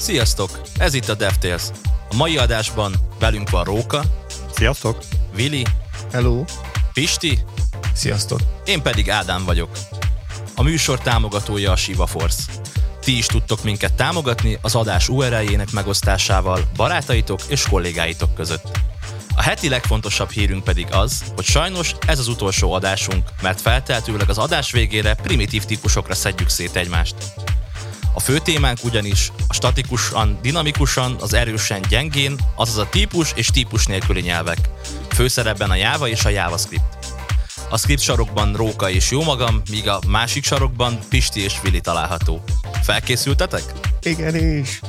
Sziasztok! Ez itt a DevTales. A mai adásban velünk van Róka. Sziasztok! Vili. Hello! Pisti. Sziasztok! Én pedig Ádám vagyok. A műsor támogatója a Shiva Force. Ti is tudtok minket támogatni az adás URL-jének megosztásával barátaitok és kollégáitok között. A heti legfontosabb hírünk pedig az, hogy sajnos ez az utolsó adásunk, mert feltehetőleg az adás végére primitív típusokra szedjük szét egymást. A fő témánk ugyanis a statikusan, dinamikusan, az erősen, gyengén, azaz a típus és típus nélküli nyelvek. Főszerepben a Java és a JavaScript. A script sarokban Róka és jómagam, míg a másik sarokban Pisti és Vili található. Felkészültetek? Igen is!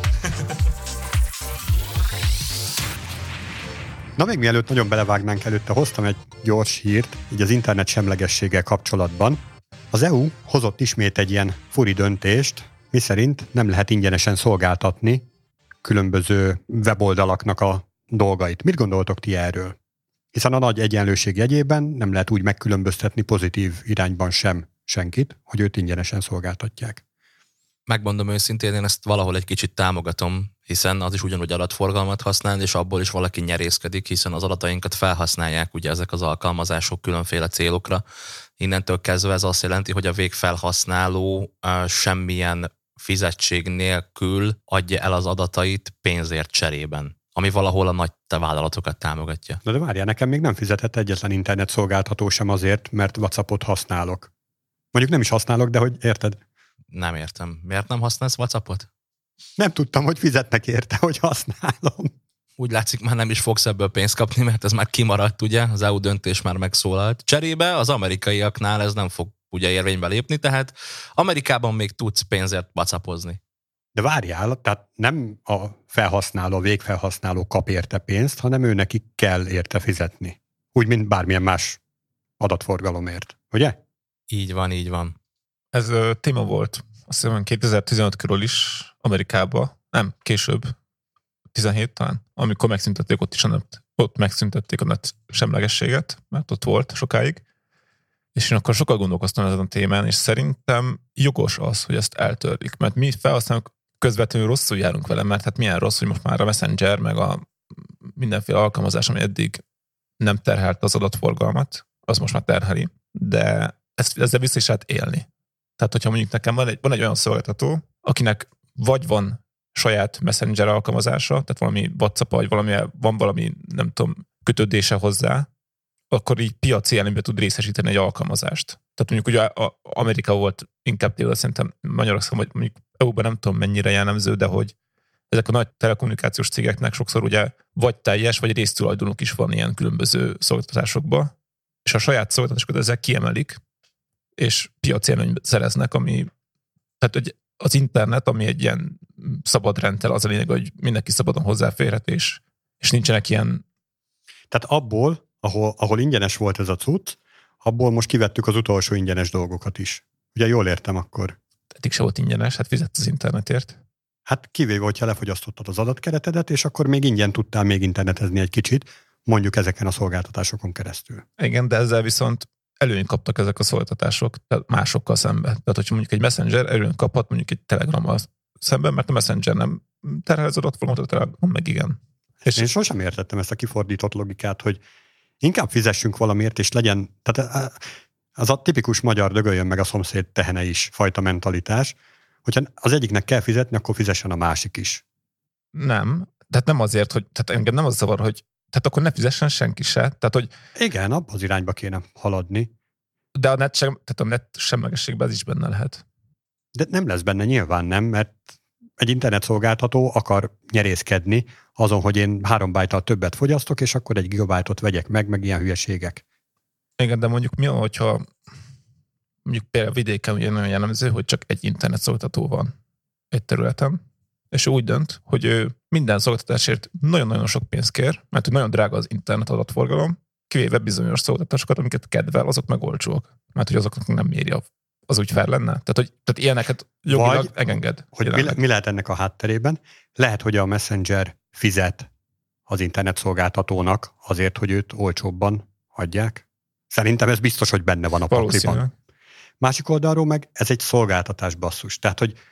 Na még mielőtt nagyon belevágnánk előtte, hoztam egy gyors hírt, így az internet semlegességgel kapcsolatban. Az EU hozott ismét egy ilyen furi döntést, miszerint nem lehet ingyenesen szolgáltatni különböző weboldalaknak a dolgait. Mit gondoltok ti erről? Hiszen a nagy egyenlőség jegyében nem lehet úgy megkülönböztetni pozitív irányban sem senkit, hogy őt ingyenesen szolgáltatják. Megmondom őszintén, én ezt valahol egy kicsit támogatom, hiszen az is ugyanúgy adatforgalmat használ, és abból is valaki nyerészkedik, hiszen az adatainkat felhasználják ugye ezek az alkalmazások különféle célokra. Innentől kezdve ez azt jelenti, hogy a végfelhasználó semmilyen fizetség nélkül adja el az adatait pénzért cserében, ami valahol a nagy vállalatokat támogatja. Na de várjál, nekem még nem fizetett egyetlen internet szolgáltató sem azért, mert WhatsAppot használok. Mondjuk nem is használok, de hogy érted? Nem értem. Miért nem használsz WhatsAppot? Nem tudtam, hogy fizetnek érte, hogy használom. Úgy látszik, már nem is fogsz ebből pénzt kapni, mert ez már kimaradt, ugye? Az EU döntés már megszólalt. Cserébe az amerikaiaknál ez nem fog ugye érvénybe lépni, tehát Amerikában még tudsz pénzért WhatsAppozni. De várjál, tehát nem a felhasználó, végfelhasználó kap érte pénzt, hanem ő neki kell érte fizetni. Úgy, mint bármilyen más adatforgalomért. Ugye? Így van, így van. Ez téma volt, azt hiszem 2015 körül is Amerikában, nem, később, 17 talán, amikor megszüntették ott megszüntették a net semlegességet, mert ott volt sokáig, és én akkor sokkal gondolkoztam ezen a témán, és szerintem jogos az, hogy ezt eltörlik, mert mi felhasználók közvetlenül rosszul járunk vele, mert hát milyen rossz, hogy most már a Messenger, meg a mindenféle alkalmazás, ami eddig nem terhelt az adatforgalmat, az most már terheli, de ezzel vissza is lehet élni. Tehát, hogyha mondjuk nekem van egy olyan szolgáltató, akinek vagy van saját Messenger alkalmazása, tehát valami WhatsApp, vagy van valami, nem tudom, kötődése hozzá, akkor így piaci előnybe tud részesíteni egy alkalmazást. Tehát mondjuk ugye Amerika volt inkább például szerintem Magyarországon, vagy mondjuk EU-ban nem tudom mennyire jellemző, de hogy ezek a nagy telekommunikációs cégeknek sokszor ugye vagy teljes, vagy résztulajdonuk is van ilyen különböző szolgáltatásokban, és a saját szolgáltatásokat ezzel kiemelik, és piaci előnyt szereznek, ami, tehát az internet, ami egy ilyen szabad rendszer, az a lényeg, hogy mindenki szabadon hozzáférhet, és nincsenek ilyen... Tehát abból, ahol ingyenes volt ez a cucc, abból most kivettük az utolsó ingyenes dolgokat is. Ugye jól értem akkor? Eddig se volt ingyenes, hát fizetsz az internetért. Hát kivéve, hogyha lefogyasztottad az adatkeretedet, és akkor még ingyen tudtál még internetezni egy kicsit, mondjuk ezeken a szolgáltatásokon keresztül. Igen, de ezzel viszont előnyt kaptak ezek a szolgáltatások másokkal szemben. Tehát, hogyha mondjuk egy Messenger előnyt kaphat mondjuk egy Telegrammal szemben, mert a Messenger nem terhel az adatforgalmat, a Telegram meg igen. És én sosem értettem ezt a kifordított logikát, hogy inkább fizessünk valamiért, és legyen, tehát az a tipikus magyar dögöljön meg a szomszéd tehene is fajta mentalitás, hogyha az egyiknek kell fizetni, akkor fizessen a másik is. Nem, tehát nem azért, hogy, tehát engem nem az zavar, hogy tehát akkor ne fizessen senki se. Tehát, hogy igen, abba az irányba kéne haladni. De a net semlegességben ez is benne lehet. De nem lesz benne, nyilván nem, mert egy internetszolgáltató akar nyerészkedni azon, hogy én 3 bájttal többet fogyasztok, és akkor 1 gigabájtot vegyek meg ilyen hülyeségek. Igen, de mondjuk mi van, hogyha mondjuk például vidéken ugye nagyon jellemző, hogy csak egy internetszolgáltató van egy területen, és ő úgy dönt, hogy ő minden szolgáltatásért nagyon-nagyon sok pénzt kér, mert hogy nagyon drága az internet adatforgalom, kivéve bizonyos szolgáltatásokat, amiket kedvel, azok meg olcsók, mert hogy azoknak nem méri az úgy fel lenne. Tehát ilyeneket jogilag megenged. Hogy mi lehet ennek a hátterében? Lehet, hogy a Messenger fizet az internetszolgáltatónak azért, hogy őt olcsóbban adják. Szerintem ez biztos, hogy benne van a pakliban. Másik oldalról meg ez egy szolgáltatás basszus. Tehát, hogy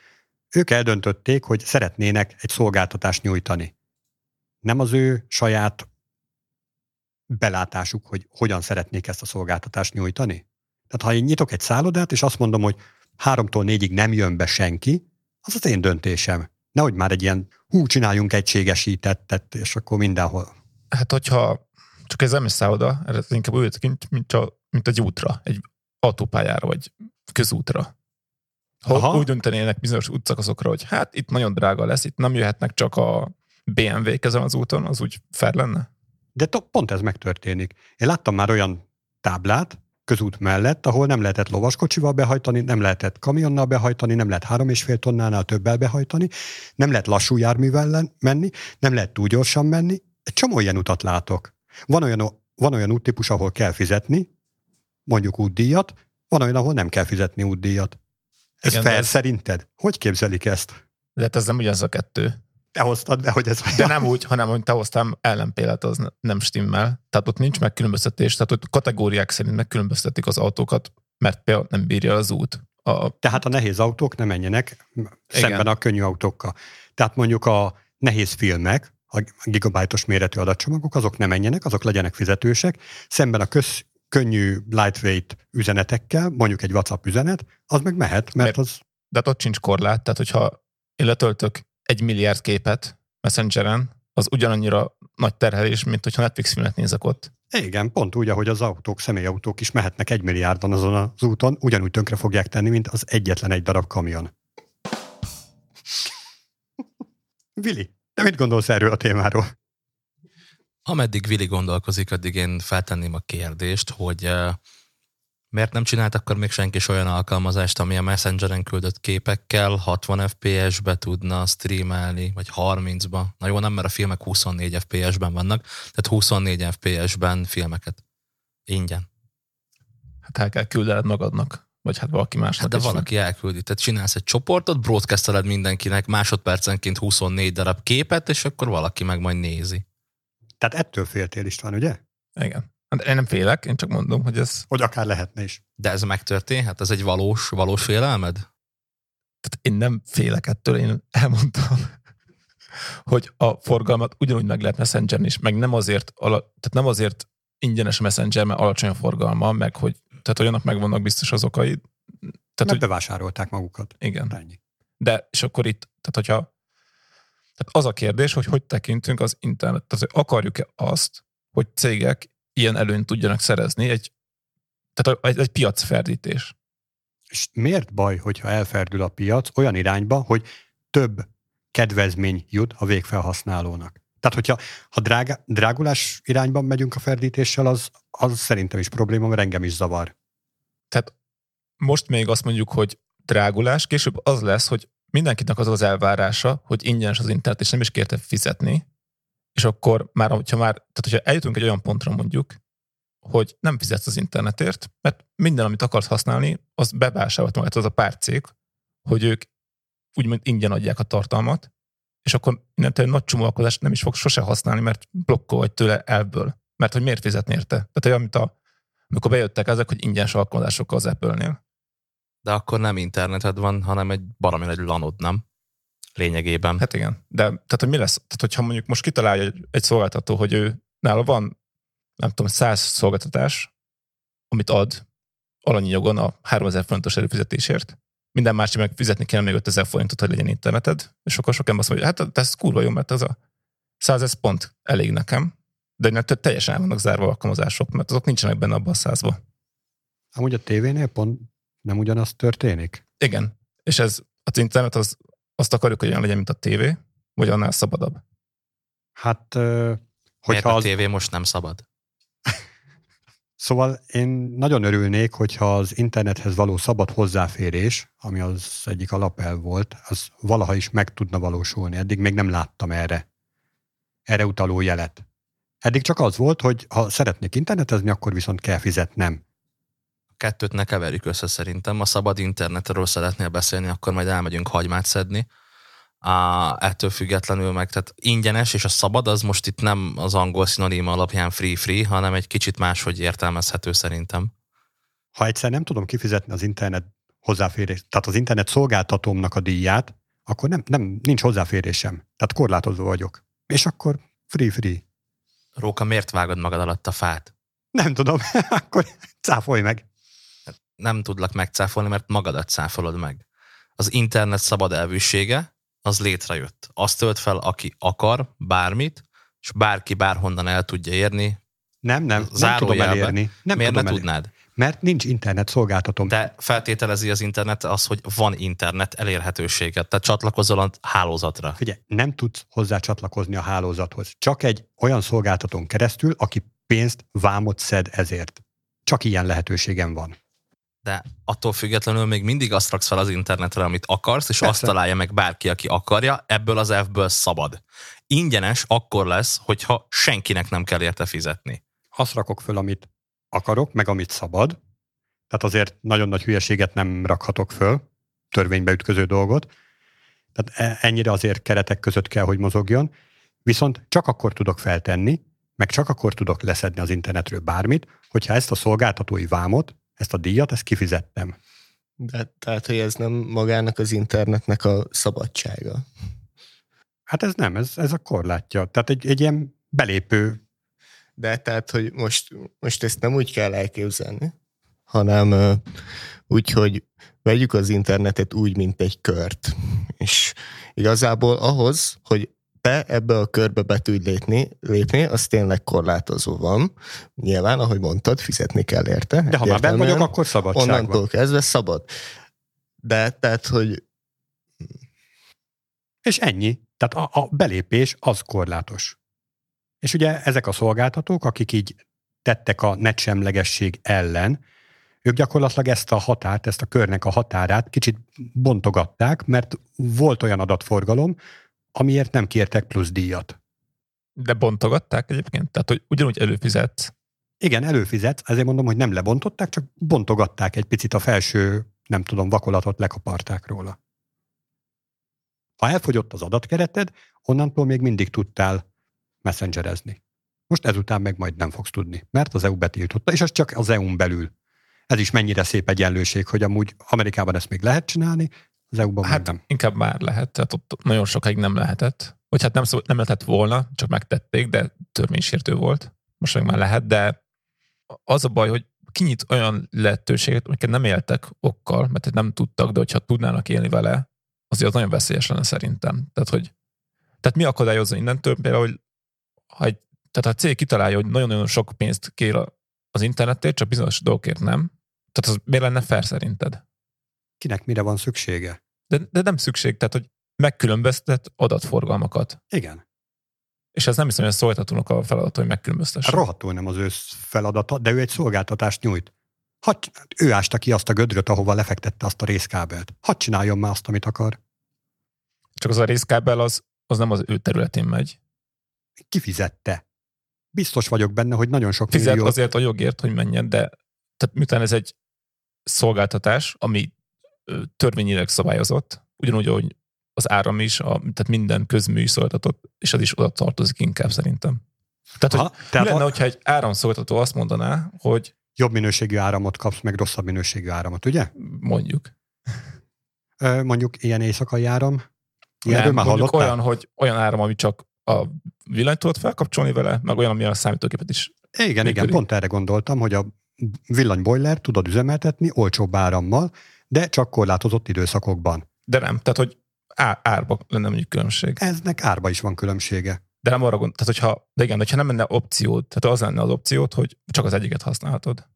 ők eldöntötték, hogy szeretnének egy szolgáltatást nyújtani. Nem az ő saját belátásuk, hogy hogyan szeretnék ezt a szolgáltatást nyújtani. Tehát ha én nyitok egy szállodát, és azt mondom, hogy 3-tól 4-ig nem jön be senki, az az én döntésem. Nehogy már egy ilyen, csináljunk egységesítettet, és akkor mindenhol. Hát hogyha csak ez nem egy szálloda, ez inkább úgy, mint egy útra, egy autópályára, vagy közútra. Ha úgy döntenének bizonyos útszakaszokra, hogy hát itt nagyon drága lesz, itt nem jöhetnek csak a BMW-k ezen az úton, az úgy fair lenne? De pont ez megtörténik. Én láttam már olyan táblát közút mellett, ahol nem lehetett lovaskocsival behajtani, nem lehetett kamionnal behajtani, nem lehet 3,5 tonnánál többel behajtani, nem lehet lassú járművel menni, nem lehet túl gyorsan menni. Egy csomó ilyen utat látok. Van olyan úttípus, ahol kell fizetni, mondjuk útdíjat, van olyan, ahol nem kell fizetni útdíjat. Ez fair szerinted? Hogy képzelik ezt? De hát ez nem ugyanaz a kettő. Te hoztad be, hogy ez olyan. De nem úgy, hanem hogy te hoztál ellenpéldát, az nem stimmel. Tehát ott nincs megkülönböztetés, tehát ott kategóriák szerint megkülönböztetik az autókat, mert például nem bírja az út. Tehát a nehéz autók ne menjenek szemben a könnyű autókkal. Tehát mondjuk a nehéz filmek, a gigabájtos méretű adatcsomagok, azok ne menjenek, azok legyenek fizetősek, szemben a könnyű lightweight üzenetekkel, mondjuk egy WhatsApp üzenet, az meg mehet, mert az... De ott sincs korlát, tehát hogyha én letöltök 1 milliárd képet Messengeren, az ugyanannyira nagy terhelés, mint hogyha Netflix filmet nézek ott. Igen, pont úgy, ahogy az autók, személyautók is mehetnek 1 milliárdan azon az úton, ugyanúgy tönkre fogják tenni, mint az egyetlen egy darab kamion. Vili, te mit gondolsz erről a témáról? Ameddig Vili gondolkozik, addig én feltenném a kérdést, hogy miért nem csinált akkor még senki is olyan alkalmazást, ami a Messengeren küldött képekkel 60 FPS-be tudna streamelni, vagy 30-ba. Na jó, nem, mert a filmek 24 FPS-ben vannak, tehát 24 FPS-ben filmeket. Ingyen. Hát el kell küldened magadnak, vagy hát valaki másnak. Hát de valaki elküldi. Tehát csinálsz egy csoportot, broadcasteled mindenkinek másodpercenként 24 darab képet, és akkor valaki meg majd nézi. Tehát ettől féltél István, ugye? Igen. Hát én nem félek, én csak mondom, hogy ez... Hogy akár lehetne is. De ez megtörténhet? Ez egy valós félelmed? Tehát én nem félek ettől, én elmondtam, hogy a forgalmat ugyanúgy meg lehet Messengeren is, meg nem azért, tehát nem azért ingyenes Messenger, mert alacsony a forgalma, meg hogy, tehát olyanok megvannak biztos az okai. Tehát bevásárolták magukat. Igen. Ennyi. De, és akkor itt, tehát az a kérdés, hogy tekintünk az internet, tehát hogy akarjuk-e azt, hogy cégek ilyen előnyt tudjanak szerezni, tehát egy piacferdítés. És miért baj, hogyha elferdül a piac olyan irányba, hogy több kedvezmény jut a végfelhasználónak? Tehát, hogyha drágulás irányban megyünk a ferdítéssel, az szerintem is probléma, mert engem is zavar. Tehát most még azt mondjuk, hogy drágulás, később az lesz, hogy mindenkinek az elvárása, hogy ingyenes az internet, és nem is kérte fizetni, és akkor hogyha eljutunk egy olyan pontra mondjuk, hogy nem fizetsz az internetért, mert minden, amit akarsz használni, az bevásárolt magát az a pár cég, hogy ők úgymond ingyen adják a tartalmat, és akkor innentől egy nagy csomóalkozást nem is fog sose használni, mert blokkol vagy tőle elből. Mert hogy miért fizetni érte? Tehát olyan, mint amikor bejöttek ezek, hogy ingyenes alkalmazásokkal az Apple-nél. De akkor nem interneted van, hanem egy baromi nagy lanod, nem? Lényegében. Hát igen. De tehát, hogy mi lesz? Tehát, hogyha mondjuk most kitalálja egy szolgáltató, hogy ő nála van, nem tudom, 100 szolgáltatás, amit ad alanyi jogon a 3000 forintos előfizetésért, minden más meg fizetni kell még 5000 forintot, hogy legyen interneted, és akkor sok ember azt mondja, hát ez kurva jó, mert az a 100 ez pont elég nekem, de teljesen el vannak zárva alkalmazások, mert azok nincsenek benne abban a 100-ba. Amúgy a tévénél pont nem ugyanaz történik? Igen, és ez az internet azt akarjuk, hogy olyan legyen, mint a tévé, vagy annál szabadabb? Hát, hogyha a tévé most nem szabad? Szóval én nagyon örülnék, hogyha az internethez való szabad hozzáférés, ami az egyik alapelv volt, az valaha is meg tudna valósulni. Eddig még nem láttam erre utaló jelet. Eddig csak az volt, hogy ha szeretnék internetezni, akkor viszont kell fizetnem. A kettőt ne keverjük össze szerintem. A szabad internetről szeretnél beszélni, akkor majd elmegyünk hagymát szedni. Ettől függetlenül meg, tehát ingyenes és a szabad, az most itt nem az angol szinoníma alapján free, hanem egy kicsit máshogy értelmezhető szerintem. Ha egyszer nem tudom kifizetni az internet hozzáférést, tehát az internet szolgáltatómnak a díját, akkor nincs hozzáférésem. Tehát korlátozó vagyok. És akkor free. Róka, miért vágod magad alatt a fát? Nem tudom, akkor cáfolj meg. Nem tudlak megcáfolni, mert magadat cáfolod meg. Az internet szabad elvűsége, az létrejött. Azt tölt fel, aki akar bármit, és bárki bárhonnan el tudja érni. Nem tudom elérni. Miért ne tudnád? Mert nincs internet szolgáltatom. De feltételezi az internet az, hogy van internet elérhetőséget, tehát csatlakozol a hálózatra. Figyelj, nem tudsz hozzá csatlakozni a hálózathoz. Csak egy olyan szolgáltatón keresztül, aki pénzt, vámot szed ezért. Csak ilyen lehetőségem van. De attól függetlenül még mindig azt raksz fel az internetre, amit akarsz, és Persze. azt találja meg bárki, aki akarja, ebből az elfből szabad. Ingyenes akkor lesz, hogyha senkinek nem kell érte fizetni. Azt rakok föl, amit akarok, meg amit szabad. Tehát azért nagyon nagy hülyeséget nem rakhatok föl, törvénybe ütköző dolgot. Tehát ennyire azért keretek között kell, hogy mozogjon. Viszont csak akkor tudok feltenni, meg csak akkor tudok leszedni az internetről bármit, hogyha ezt a szolgáltatói vámot, ezt a díjat, ezt kifizettem. De, tehát, hogy ez nem magának az internetnek a szabadsága. Hát ez nem, ez a korlátja. Tehát egy ilyen belépő. De tehát, hogy most ezt nem úgy kell elképzelni, hanem úgy, hogy vegyük az internetet úgy, mint egy kört. És igazából ahhoz, hogy te ebbe a körbe be tudj lépni, az tényleg korlátozó van. Nyilván, ahogy mondtad, fizetni kell érte. De ha már benn vagyok, akkor szabadság onnantól van. kezdve szabad. De tehát, hogy... És ennyi. Tehát a belépés az korlátos. És ugye ezek a szolgáltatók, akik így tettek a netsemlegesség ellen, ők gyakorlatilag ezt a határt, ezt a körnek a határát kicsit bontogatták, mert volt olyan adatforgalom, amiért nem kértek plusz díjat. De bontogatták egyébként? Tehát, hogy ugyanúgy előfizetsz? Igen, előfizetsz, ezért mondom, hogy nem lebontották, csak bontogatták egy picit a felső, nem tudom, vakolatot lekaparták róla. Ha elfogyott az adatkereted, onnantól még mindig tudtál messengerezni. Most ezután meg majd nem fogsz tudni, mert az EU betiltotta, és ez csak az EU-n belül. Ez is mennyire szép egyenlőség, hogy amúgy Amerikában ezt még lehet csinálni, az EU-ban Hát meg nem. inkább már lehet, tehát ott nagyon sokáig nem lehetett. Vagy hát nem lehetett volna, csak megtették, de törvénysértő volt. Most meg már lehet, de az a baj, hogy kinyit olyan lehetőséget, amiket nem éltek okkal, mert nem tudtak, de hogyha tudnának élni vele, azért az nagyon veszélyes lenne szerintem. Tehát mi akadályozza innentől? Például, hogy a cég kitalálja, hogy nagyon-nagyon sok pénzt kér az internetért, csak bizonyos dolgokért nem. Tehát az miért lenne fair szerinted? Kinek mire van szüksége? De nem szükség, tehát hogy megkülönböztet adatforgalmakat. Igen. És ez nem hiszem, hogy a szolgáltatónak a feladata, hogy megkülönböztesse. Rohadtul nem az ő feladata, de ő egy szolgáltatást nyújt. Ő ásta ki azt a gödröt, ahova lefektette azt a részkábelt. Hadd csináljon már azt, amit akar. Csak az a részkábel az nem az ő területén megy. Kifizette. Biztos vagyok benne, hogy nagyon sok Fizet millió... azért a jogért, hogy menjen, de tehát miután ez egy szolgáltatás, ami törvényileg szabályozott, ugyanúgy, ahogy az áram is, tehát minden közmű szolgáltatott, és az is oda tartozik inkább szerintem. Tehát, mi lenne, hogyha egy áramszolgáltató azt mondaná, hogy jobb minőségű áramot kapsz, meg rosszabb minőségű áramot, ugye? Mondjuk. Mondjuk ilyen éjszakai áram? Nem, már mondjuk olyan, hogy olyan áram, ami csak a villanyt tudod felkapcsolni vele, meg olyan, ami a számítógépet is. Igen, pont erre gondoltam, hogy a villanyboiler tudod üzemeltetni olcsóbb árammal, de csak korlátozott időszakokban. De nem, tehát hogy árba lenne mondjuk különbség. Eznek árba is van különbsége. De nem arra tehát hogyha nem lenne opciód, tehát az lenne az opciód, hogy csak az egyiket használhatod.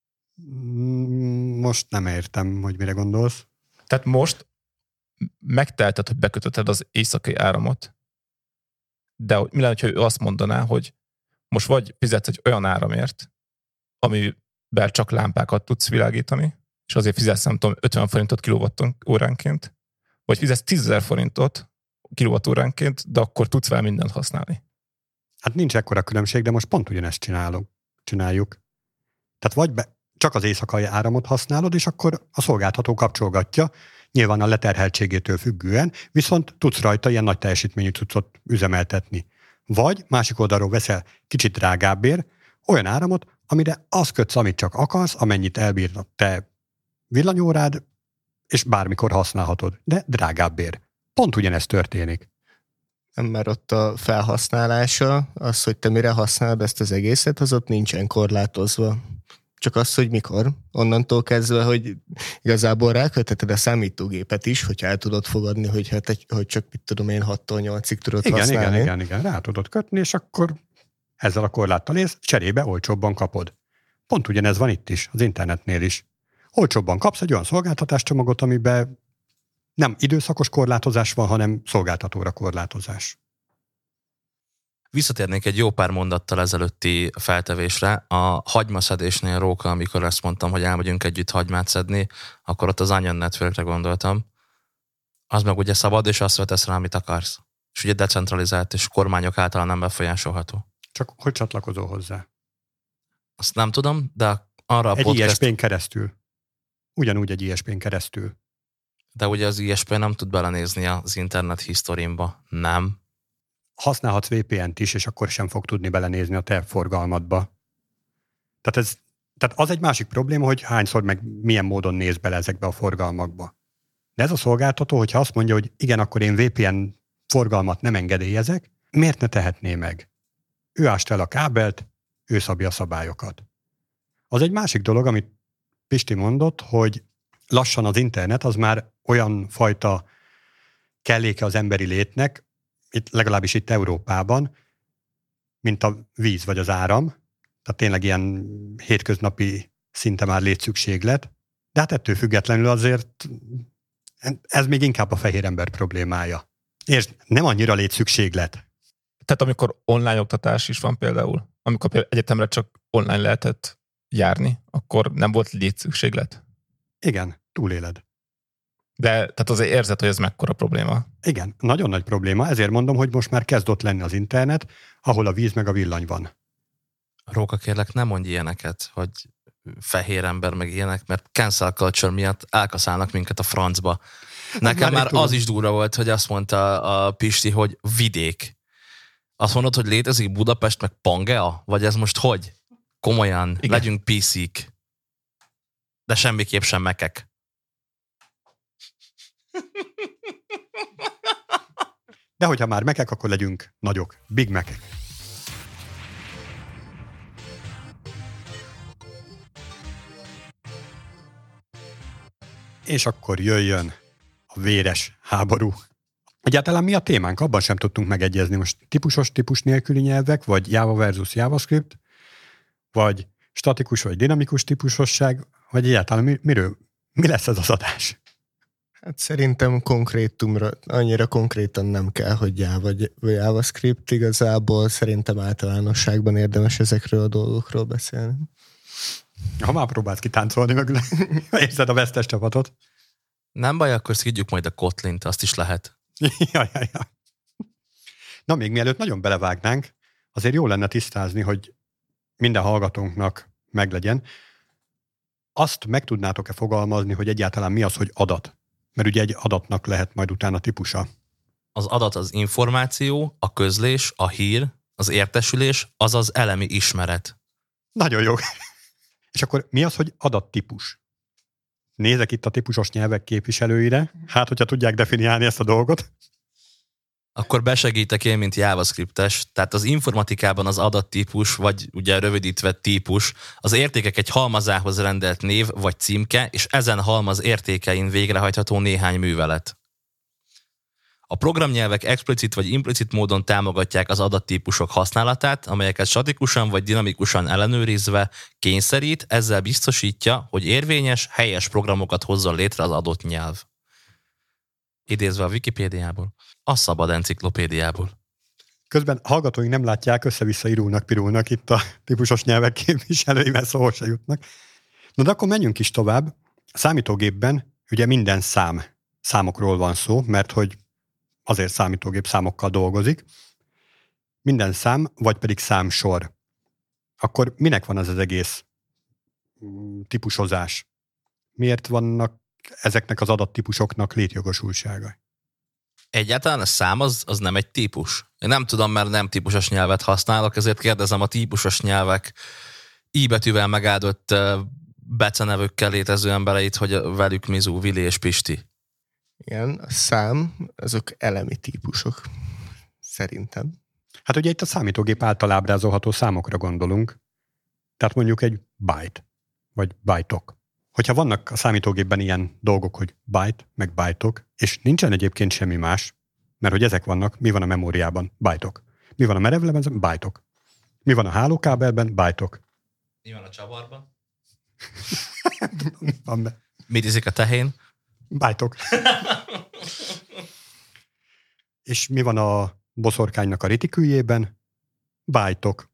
Most nem értem, hogy mire gondolsz. Tehát most megtelted, hogy bekötötted az éjszakai áramot, de mi lenne, ha ő azt mondaná, hogy most vagy fizetsz egy olyan áramért, amivel csak lámpákat tudsz világítani, és azért fizetsz, nem tudom, 50 forintot kilowattóránként, vagy fizetsz 10 000 forintot kilowattóránként, de akkor tudsz vele mindent használni. Hát nincs ekkora különbség, de most pont ugyanezt csináljuk. Tehát vagy csak az éjszakai áramot használod, és akkor a szolgáltató kapcsolgatja, nyilván a leterheltségétől függően, viszont tudsz rajta ilyen nagy teljesítményű cuccot üzemeltetni. Vagy másik oldalról veszel kicsit drágábbért olyan áramot, amire azt kötsz, amit csak akarsz, amennyit elbír a te villanyórád, és bármikor használhatod, de drágábbért. pont ugyanezt történik. Nem, mert ott a felhasználása, az, hogy te mire használod ezt az egészet, az ott nincsen korlátozva. Csak az, hogy mikor. Onnantól kezdve, hogy igazából rákötheted a számítógépet is, hogy el tudod fogadni, hogy csak mit tudom én 6-tól 8-ig tudod használni. Igen, rá tudod kötni, és akkor ezzel a korláttal élsz, cserébe olcsóbban kapod. Pont ugyanez van itt is, az internetnél is. Olcsóbban kapsz egy olyan szolgáltatáscsomagot, amiben nem időszakos korlátozás van, hanem szolgáltatóra korlátozás. Visszatérnék egy jó pár mondattal ezelőtti feltevésre. A hagymaszedésnél, Róka, amikor ezt mondtam, hogy elmegyünk együtt hagymát szedni, akkor ott az Onion Networkre gondoltam. Az meg ugye szabad, és azt vetesz rá, amit akarsz. És ugye decentralizált, és kormányok által nem befolyásolható. Csak hogy csatlakozol hozzá? Azt nem tudom, de arra a podcast... Egy ISP-n keresztül. Ugyanúgy egy ISP-n keresztül. De ugye az ISP nem tud belenézni az internet historimba. Nem. Használhatsz VPN-t is, és akkor sem fog tudni belenézni a te forgalmadba. Tehát az egy másik probléma, hogy hányszor meg milyen módon néz bele ezekbe a forgalmakba. De ez a szolgáltató, hogyha azt mondja, hogy igen, akkor én VPN forgalmat nem engedélyezek, miért ne tehetné meg? Ő ást el a kábelt, ő szabja a szabályokat. Az egy másik dolog, amit Pisti mondott, hogy lassan az internet az már olyan fajta kelléke az emberi létnek, legalábbis itt Európában, mint a víz vagy az áram, tehát tényleg ilyen hétköznapi szinte már létszükséglet, de hát ettől függetlenül azért ez még inkább a fehér ember problémája. És nem annyira létszükséglet. Tehát amikor online oktatás is van például, amikor például egyetemre csak online lehetett járni, akkor nem volt létszükséglet? Igen, túléled. De tehát azért érzed, hogy ez mekkora probléma. Igen, nagyon nagy probléma, ezért mondom, hogy most már kezd ott lenni az internet, ahol a víz meg a villany van. Róka, kérlek, nem mondj ilyeneket, hogy fehér ember meg ilyenek, mert cancel culture miatt elkaszálnak minket a francba. Nekem már az is durva volt, hogy azt mondta a Pisti, hogy vidék. Azt mondod, hogy létezik Budapest meg Pangea? Vagy ez most hogy? Komolyan, igen. Legyünk PC-k. De semmiképp sem mekek. De hogyha már mekek, akkor legyünk nagyok. Big mekek. És akkor jöjjön a véres háború. Egyáltalán mi a témánk? Abban sem tudtunk megegyezni. Most típus nélküli nyelvek, vagy Java versus JavaScript, vagy statikus vagy dinamikus típusosság, vagy egyáltalán mi lesz ez az adás? Hát szerintem konkrétumra, annyira konkrétan nem kell, hogy Java vagy JavaScript, igazából szerintem általánosságban érdemes ezekről a dolgokról beszélni. Ha már próbálsz kitáncolni, meg érzed a vesztes csapatot. Nem baj, akkor szidjuk majd a Kotlint, azt is lehet. Ja. Na, még mielőtt nagyon belevágnánk, azért jó lenne tisztázni, hogy minden hallgatónknak meglegyen. Azt meg tudnátok-e fogalmazni, hogy egyáltalán mi az, hogy adat? Mert ugye egy adatnak lehet majd utána típusa. Az adat az információ, a közlés, a hír, az értesülés, azaz elemi ismeret. Nagyon jó. És akkor mi az, hogy adattípus? Nézek itt a típusos nyelvek képviselőire, hát hogyha tudják definiálni ezt a dolgot. Akkor besegítek én, mint JavaScriptes, tehát az informatikában az adattípus, vagy ugye rövidítve típus, az értékek egy halmazához rendelt név vagy címke, és ezen halmaz értékein végrehajtható néhány művelet. A programnyelvek explicit vagy implicit módon támogatják az adattípusok használatát, amelyeket statikusan vagy dinamikusan ellenőrizve kényszerít, ezzel biztosítja, hogy érvényes, helyes programokat hozzon létre az adott nyelv. Idézve a Wikipédiából, a Szabad Enciklopédiából. Közben hallgatóink nem látják, össze-vissza pirulnak itt a típusos nyelvek képviselői, mert szóval se jutnak. Na de akkor menjünk is tovább. A számítógépben ugye minden számokról van szó, mert hogy azért számítógép számokkal dolgozik. Minden szám, vagy pedig számsor. Akkor minek van az egész típusozás? Miért vannak ezeknek az adattípusoknak létjogosultsága? Egyáltalán a szám az nem egy típus. Én nem tudom, mert nem típusos nyelvet használok, ezért kérdezem a típusos nyelvek i betűvel megáldott becenevőkkel létező embereit, hogy velük Mizu, Vili és Pisti. Igen, a szám, azok elemi típusok, szerintem. Hát ugye itt a számítógép által ábrázolható számokra gondolunk. Tehát mondjuk egy byte, vagy byte-ok. Hogyha vannak a számítógépben ilyen dolgok, hogy byte, meg byte-ok, és nincsen egyébként semmi más, mert hogy ezek vannak, mi van a memóriában? Byte-ok. Mi van a merevlemezen? Byte-ok. Mi van a hálókábelben? Byte-ok. Mi van a csavarban? Van be. Mit iszik a tehén? Byte-ok. És mi van a boszorkánynak a retiküljében? Byte-ok.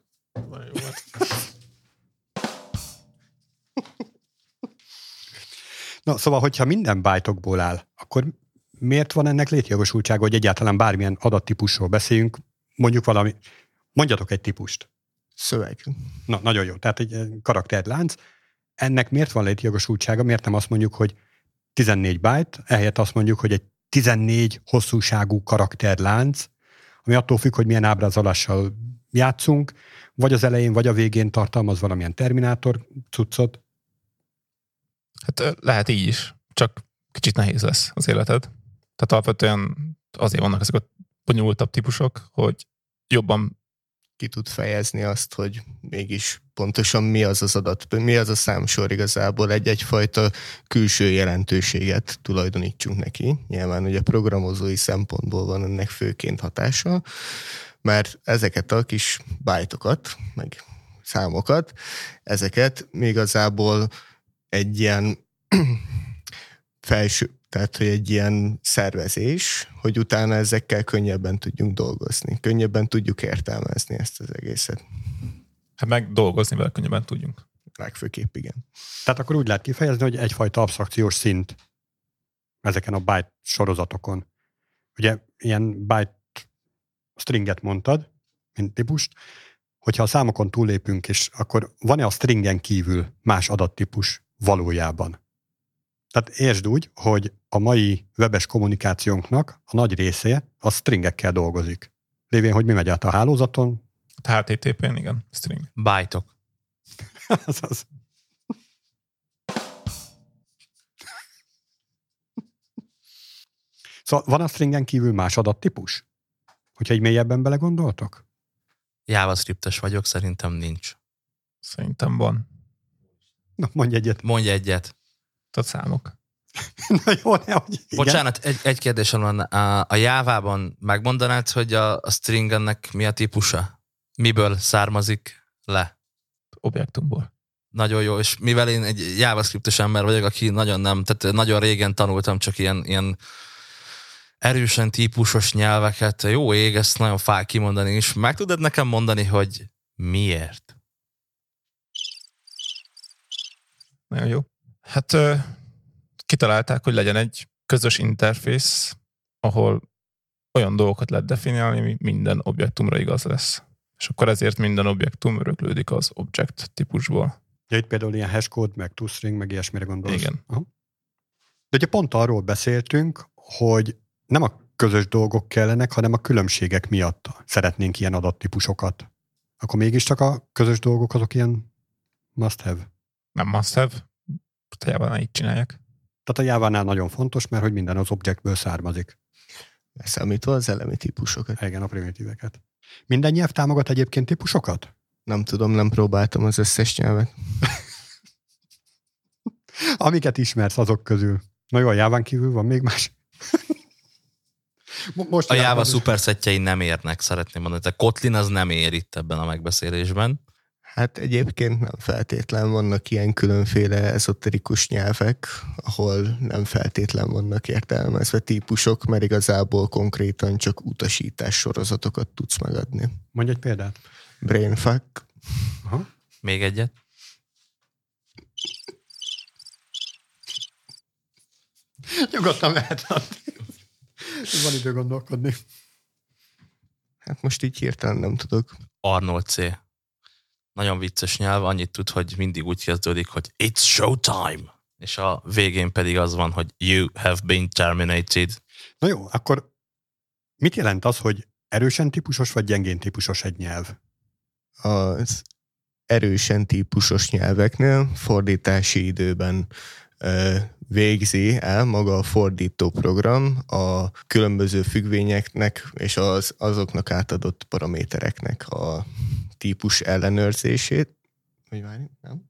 Na, szóval, hogyha minden byte-okból áll, akkor miért van ennek létjogosultsága, hogy egyáltalán bármilyen adattípusról beszéljünk, mondjuk valami, mondjatok egy típust. Szöveg. Na, nagyon jó, tehát egy karakterlánc. Ennek miért van létjogosultsága, miért nem azt mondjuk, hogy 14 byte, ehelyett azt mondjuk, hogy egy 14 hosszúságú karakterlánc, ami attól függ, hogy milyen ábrázolással játszunk, vagy az elején, vagy a végén tartalmaz valamilyen terminátor cuccot. Hát lehet így is, csak kicsit nehéz lesz az életed. Tehát alapvetően azért vannak ezek a bonyolultabb típusok, hogy jobban Ki tud fejezni azt, hogy mégis pontosan mi az az adat, mi az a számsor igazából, egyfajta külső jelentőséget tulajdonítsunk neki. Nyilván ugye programozói szempontból van ennek főként hatása, mert ezeket a kis byte-okat, meg számokat, ezeket igazából egy ilyen felső, tehát hogy egy ilyen szervezés, hogy utána ezekkel könnyebben tudjunk dolgozni, könnyebben tudjuk értelmezni ezt az egészet. hát meg dolgozni vele könnyebben tudjunk. Legfőképp igen. Tehát akkor úgy lehet kifejezni, hogy egyfajta absztrakciós szint ezeken a byte sorozatokon. Ugye ilyen byte stringet mondtad, mint típust, hogyha a számokon túllépünk, és akkor van-e a stringen kívül más adattípus valójában? Tehát értsd úgy, hogy a mai webes kommunikációnknak a nagy része a stringekkel dolgozik. Lévén, hogy mi megy át a hálózaton. HTTP-n, igen, string. Byte-ok. Azaz. Szóval van a stringen kívül más adattípus? Hogyha így mélyebben belegondoltok? JavaScriptes vagyok, szerintem nincs. Szerintem van. Na, mondj egyet. Mondj egyet. Tehát számok. Na jó, nehogy. Igen. Bocsánat, egy kérdésem van. A Jávában megmondanád, hogy a string ennek mi a típusa? Miből származik le? Objektumból. Nagyon jó, és mivel én egy JavaScriptes ember vagyok, aki tehát nagyon régen tanultam csak ilyen erősen típusos nyelveket, jó ég, ezt nagyon fáj kimondani is. Meg tudod nekem mondani, hogy miért? Nagyon jó. Hát kitalálták, hogy legyen egy közös interfész, ahol olyan dolgokat lehet definiálni, ami minden objektumra igaz lesz. És akkor ezért minden objektum öröklődik az object típusból. Ja, itt például ilyen hashcode, meg toString, meg ilyesmire gondolsz. Igen. Aha. De ugye pont arról beszéltünk, hogy nem a közös dolgok kellenek, hanem a különbségek miatt szeretnénk ilyen adattípusokat. Akkor mégiscsak a közös dolgok azok ilyen must-have. Nem must have, Jávánál így csinálják. Tehát a Jávánál nagyon fontos, mert hogy minden az objectből származik. Leszámítva az elemi típusokat. Igen, a primitíveket. Minden nyelv támogat egyébként típusokat? Nem tudom, nem próbáltam az összes nyelvet. Amiket ismersz azok közül. Na jó, a Jáván kívül van még más? Most a Java szuperszettjei nem érnek, szeretném mondani. Tehát Kotlin az nem ér itt ebben a megbeszélésben. Hát egyébként nem feltétlen vannak ilyen különféle ezoterikus nyelvek, ahol nem feltétlen vannak értelmezve típusok, mert igazából konkrétan csak utasítás sorozatokat tudsz megadni. Mondj egy példát. Brainfuck. Aha. Még egyet? Nyugodtan lehet adni. Van idő gondolkodni. Hát most így hirtelen nem tudok. Arnold C. Nagyon vicces nyelv, annyit tud, hogy mindig úgy kezdődik, hogy it's showtime, és a végén pedig az van, hogy you have been terminated. Na jó, akkor mit jelent az, hogy erősen típusos vagy gyengén típusos egy nyelv? Az erősen típusos nyelveknél fordítási időben végzi el maga a fordító program a különböző függvényeknek és azoknak átadott paramétereknek a típus ellenőrzését. Hogy várj, nem?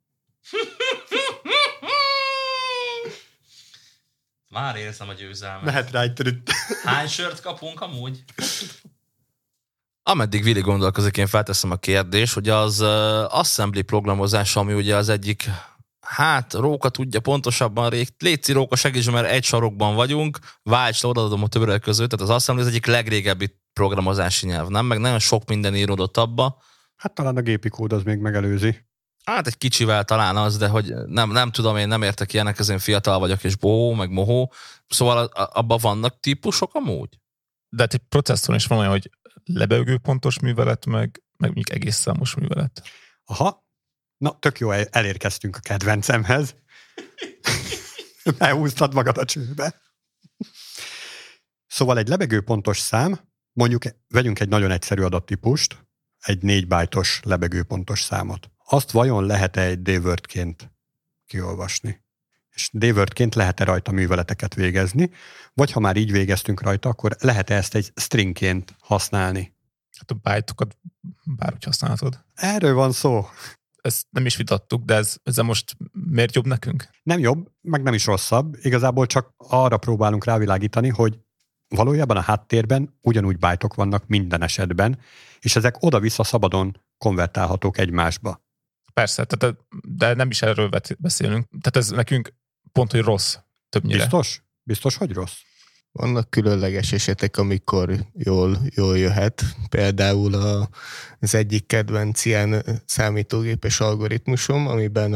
Már érzem a győzelmet. Mehet rá egy Hány sört kapunk amúgy? Ameddig Vili gondolkozik, én felteszem a kérdést, hogy az assembly programozás, ami ugye az egyik, Róka tudja pontosabban, Léci Róka segíts, mert egy sarokban vagyunk, válts le, odaadom a többek között, tehát az assembly az egyik legrégebbi programozási nyelv, nem? Meg nagyon sok minden íródott abba. Hát talán a gépi kód az még megelőzi. Hát egy kicsivel talán az, de hogy nem tudom, én nem értek ilyenek, ezért fiatal vagyok, és bohó, meg mohó. Szóval abban vannak típusok amúgy? De hát egy processzoron is van olyan, hogy lebegő pontos művelet, meg mondjuk egész számos művelet. Aha. Na, tök jó, elérkeztünk a kedvencemhez. Elhúztad magad a csőbe. Szóval egy lebegőpontos szám, mondjuk vegyünk egy nagyon egyszerű adattípust, egy 4 bájtos lebegőpontos számot. Azt vajon lehet-e egy D-wordként kiolvasni? És D-wordként lehet-e rajta műveleteket végezni? Vagy ha már így végeztünk rajta, akkor lehet-e ezt egy stringként használni? Hát a byte-okat bárhogy használhatod. Erről van szó. Ezt nem is vitattuk, de ezzel most miért jobb nekünk? Nem jobb, meg nem is rosszabb. Igazából csak arra próbálunk rávilágítani, hogy valójában a háttérben ugyanúgy byte-ok vannak minden esetben, és ezek oda-vissza szabadon konvertálhatók egymásba. Persze, de nem is erről beszélünk. Tehát ez nekünk pont, hogy rossz többnyire. Biztos? Biztos, hogy rossz? Vannak különleges esetek, amikor jól jöhet. Például az egyik kedvenc ilyen számítógépes algoritmusom, amiben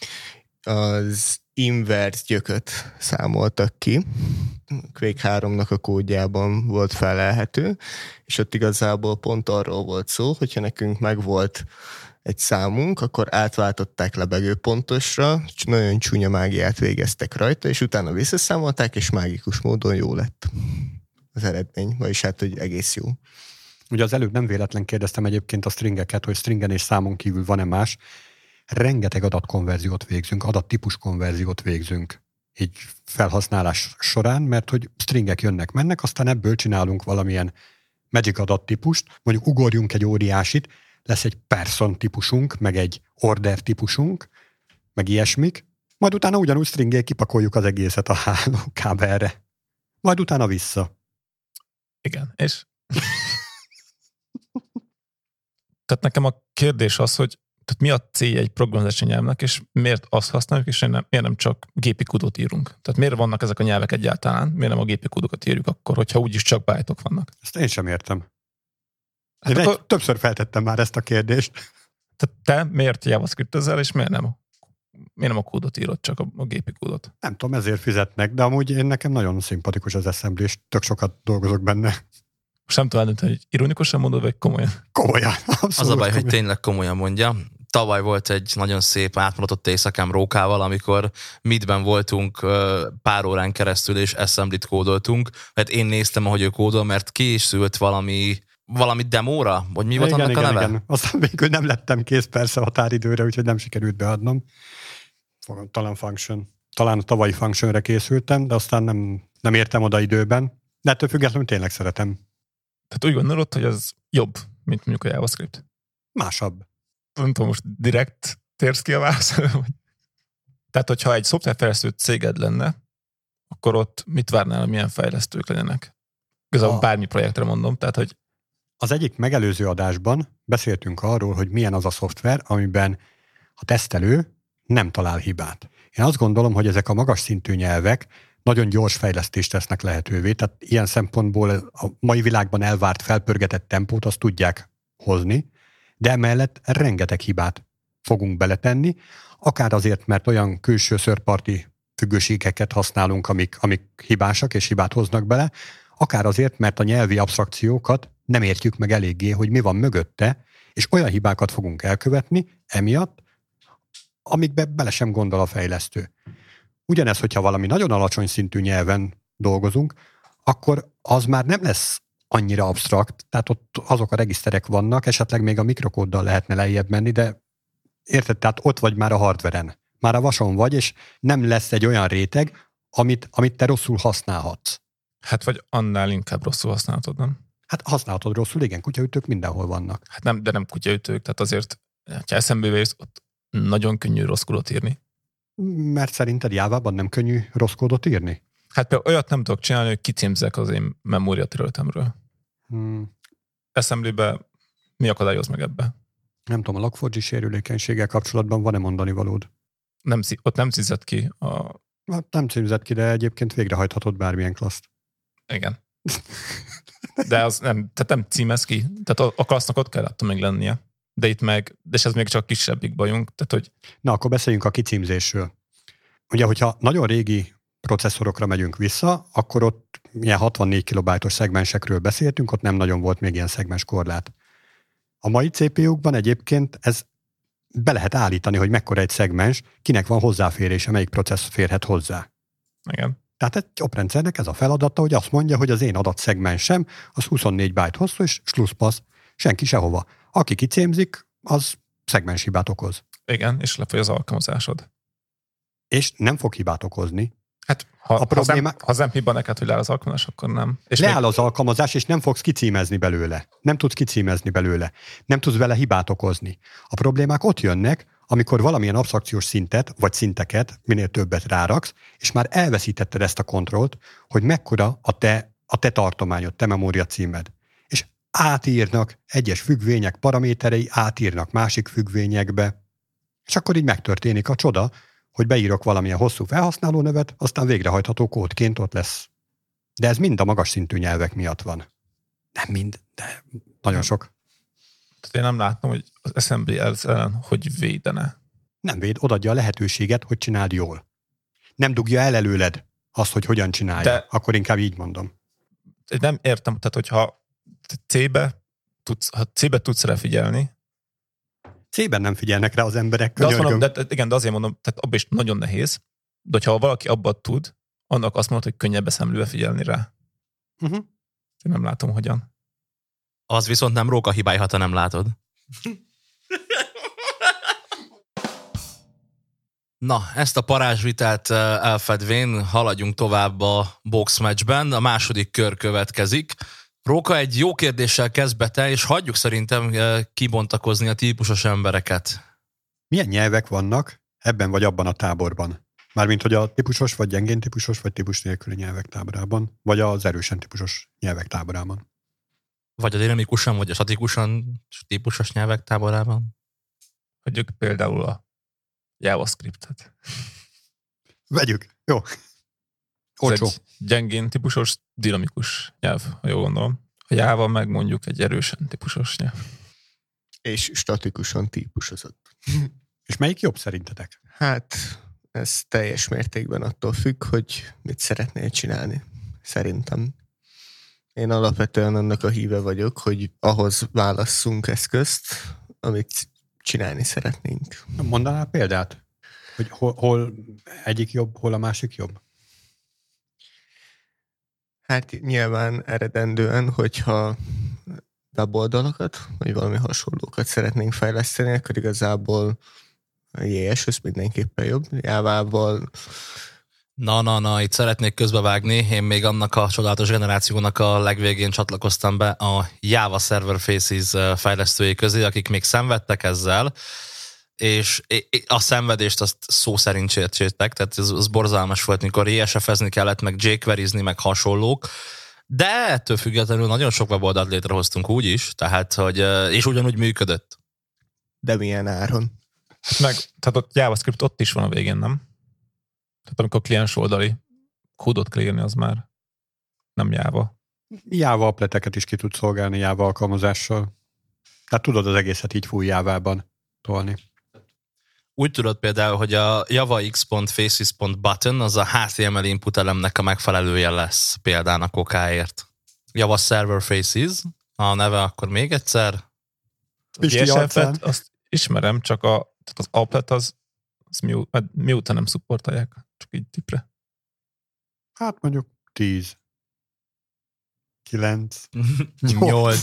az inverse gyököt számoltak ki. Quake 3-nak a kódjában volt felelhető, és ott igazából pont arról volt szó, hogyha nekünk megvolt egy számunk, akkor átváltották lebegőpontosra, és nagyon csúnya mágiát végeztek rajta, és utána visszaszámolták, és mágikus módon jó lett az eredmény, vagyis hát, hogy egész jó. Ugye az előbb nem véletlen kérdeztem egyébként a stringeket, hogy stringen és számon kívül van-e más. Rengeteg adatkonverziót végzünk, adattípus konverziót végzünk így felhasználás során, mert hogy stringek jönnek-mennek, aztán ebből csinálunk valamilyen magic adattípust, mondjuk ugorjunk egy óriásit, lesz egy person típusunk, meg egy order típusunk, meg ilyesmik, majd utána ugyanúgy stringgel kipakoljuk az egészet a hálókábelre. Majd utána vissza. Igen, és? Tehát nekem a kérdés az, hogy tehát mi a célja egy programozási nyelvnek, és miért azt használjuk, és miért nem csak gépi kódot írunk? Tehát miért vannak ezek a nyelvek egyáltalán? Miért nem a gépi kódokat írjuk akkor, hogyha úgyis csak byte-ok vannak? Ezt én sem értem. Hát én akkor... többször feltettem már ezt a kérdést. Tehát te miért JavaScript-ezel, és miért nem a kódot írod, csak a gépi kódot? Nem tudom, ezért fizetnek, de amúgy nekem nagyon szimpatikus az assembly, és tök sokat dolgozok benne. Most nem tudom eldönteni, hogy ironikusan mondod, vagy komolyan? Komolyan. Abszolút az a baj, komolyan. hogy tényleg komolyan mondja. Tavaly volt egy nagyon szép átmaratott éjszakám Rókával, amikor midben voltunk pár órán keresztül, és assembly-t kódoltunk, mert én néztem, ahogy ő kódol, mert készült valami demóra? Vagy mi volt annak a neve? Igen. Aztán végül nem lettem kész persze határidőre, úgyhogy nem sikerült beadnom. Talán function. Talán a tavalyi functionre készültem, de aztán nem értem oda időben. De ettől függetlenül tényleg szeretem. Tehát úgy gondolod, hogy az jobb, mint mondjuk a JavaScript? Másabb. Nem tudom, most direkt térsz ki a válaszra? Tehát, hogyha egy szoftverfejlesztő céged lenne, akkor ott mit várnál, milyen fejlesztők legyenek? Igazából bármi projektre mondom, tehát, hogy az egyik megelőző adásban beszéltünk arról, hogy milyen az a szoftver, amiben a tesztelő nem talál hibát. Én azt gondolom, hogy ezek a magas szintű nyelvek nagyon gyors fejlesztést tesznek lehetővé, tehát ilyen szempontból a mai világban elvárt, felpörgetett tempót azt tudják hozni, de emellett rengeteg hibát fogunk beletenni, akár azért, mert olyan külső szörparti függőségeket használunk, amik hibásak és hibát hoznak bele, akár azért, mert a nyelvi absztrakciókat nem értjük meg eléggé, hogy mi van mögötte, és olyan hibákat fogunk elkövetni emiatt, amikbe bele sem gondol a fejlesztő. Ugyanez, hogyha valami nagyon alacsony szintű nyelven dolgozunk, akkor az már nem lesz annyira absztrakt, tehát ott azok a regiszterek vannak, esetleg még a mikrokóddal lehetne lejjebb menni, de érted, tehát ott vagy már a hardveren. Már a vason vagy, és nem lesz egy olyan réteg, amit te rosszul használhatsz. Hát vagy annál inkább rosszul használhatod, nem? Hát használhatod rosszul, igen, kutyaütők mindenhol vannak. Hát nem, de nem kutyaütők, tehát azért, ha eszembe érsz, ott nagyon könnyű rossz kódot írni. Mert szerinted Jávában nem könnyű rossz kódot írni? Hát például olyat nem tudok csinálni, hogy kicímzek az én memóriaterületemről. Assemblybe mi akadályoz meg ebbe? Nem tudom, a Log4j sérülékenységgel kapcsolatban van-e mondani valód? Ott nem címzett ki Hát nem címzett ki, de egyébként végrehajthatod bármilyen klasszt. Igen. De az nem, tehát nem címez ki. Tehát a klassznak ott kell attól még lennie. De itt meg, és ez még csak kisebbik bajunk. Tehát, hogy... Na, akkor beszéljünk a kicímzésről. Ugye, hogyha nagyon régi processzorokra megyünk vissza, akkor ott ilyen 64 kilobájtos szegmensekről beszéltünk, ott nem nagyon volt még ilyen szegmens korlát. A mai CPU-kban egyébként ez be lehet állítani, hogy mekkora egy szegmens, kinek van hozzáférése, melyik processzor férhet hozzá. Igen. Tehát egy oprendszernek ez a feladata, hogy azt mondja, hogy az én adatszegmensem az 24 byte hosszú, és slusszpassz, senki sehova. Aki kicémzik, az szegmenshibát okoz. Igen, és lefoly az alkalmazásod. És nem fog hibát okozni. Hát ha az nem hiba neked, hogy leáll az alkalmazás, akkor nem. És leáll az alkalmazás, és nem fogsz kicímezni belőle. Nem tudsz kicímezni belőle. Nem tudsz vele hibát okozni. A problémák ott jönnek, amikor valamilyen absztrakciós szintet, vagy szinteket, minél többet ráraksz, és már elveszítetted ezt a kontrollt, hogy mekkora a te tartományod, te memória címed. És átírnak egyes függvények paraméterei, átírnak másik függvényekbe. És akkor így megtörténik a csoda, hogy beírok valamilyen hosszú felhasználó nevet, aztán végrehajtható kódként ott lesz. De ez mind a magas szintű nyelvek miatt van. Nem mind, de nagyon sok. Tehát én nem látom, hogy az assembly ellen hogy védene. Nem véd, odaadja a lehetőséget, hogy csináld jól. Nem dugja el előled azt, hogy hogyan csinálja. De akkor inkább így mondom. Nem értem, tehát hogyha C-be tudsz rá figyelni. C-ben nem figyelnek rá az emberek. De, azt mondom, de azért mondom, tehát abban is nagyon nehéz, de ha valaki abban tud, annak azt mondod, hogy könnyebb eszemlőbe figyelni rá. Én nem látom, hogyan. Az viszont nem Róka hibája, ha nem látod. Na, ezt a parázsvitát elfedvén haladjunk tovább a boxmatchben. A második kör következik. Róka egy jó kérdéssel kezd be te, és hagyjuk szerintem kibontakozni a típusos embereket. Milyen nyelvek vannak ebben vagy abban a táborban? Mármint, hogy a típusos, vagy gyengén típusos, vagy típus nélküli nyelvek táborában, vagy az erősen típusos nyelvek táborában? Vagy a dinamikusan, vagy a statikusan típusos nyelvek táborában? Hagyjuk például a JavaScript-et. Vegyük. Jó. Olcsó. Ez egy gyengén típusos, dinamikus nyelv, ha jól gondolom. A Java meg mondjuk egy erősen típusos nyelv. És statikusan típusozott. És melyik jobb szerintetek? Hát, ez teljes mértékben attól függ, hogy mit szeretnél csinálni. Szerintem. Én alapvetően annak a híve vagyok, hogy ahhoz válasszunk eszközt, amit csinálni szeretnénk. Mondanál példát? Hogy hol egyik jobb, hol a másik jobb? Hát nyilván eredendően, hogyha weboldalakat, vagy valami hasonlókat szeretnénk fejleszteni, akkor igazából a JS-höz mindenképpen jobb. Jávával... Na, itt szeretnék közbevágni. Én még annak a csodálatos generációnak a legvégén csatlakoztam be a Java Server Faces fejlesztői közé, akik még szenvedtek ezzel, és a szenvedést azt szó szerint értsétek, tehát ez borzalmas volt, mikor ESF-ezni kellett, meg jQuery-zni, meg hasonlók, de ettől függetlenül nagyon sok weboldalt létrehoztunk úgy is, tehát, hogy, és ugyanúgy működött. De milyen áron? Tehát ott JavaScript ott is van a végén, nem? Tehát amikor kliens oldali kódot kell írni, az már nem Java. Java appleteket is ki tud szolgálni Java alkalmazással. Tehát tudod az egészet így full Java-ban tolni. Úgy tudod például, hogy a java.x.faces.button az a HTML input elemnek a megfelelője lesz például a kokáért. Java Server Faces, a neve akkor még egyszer. JSF-et azt ismerem, csak tehát az applet az miután nem szupportálják, csak így tipre. Hát mondjuk 10. 9. 8.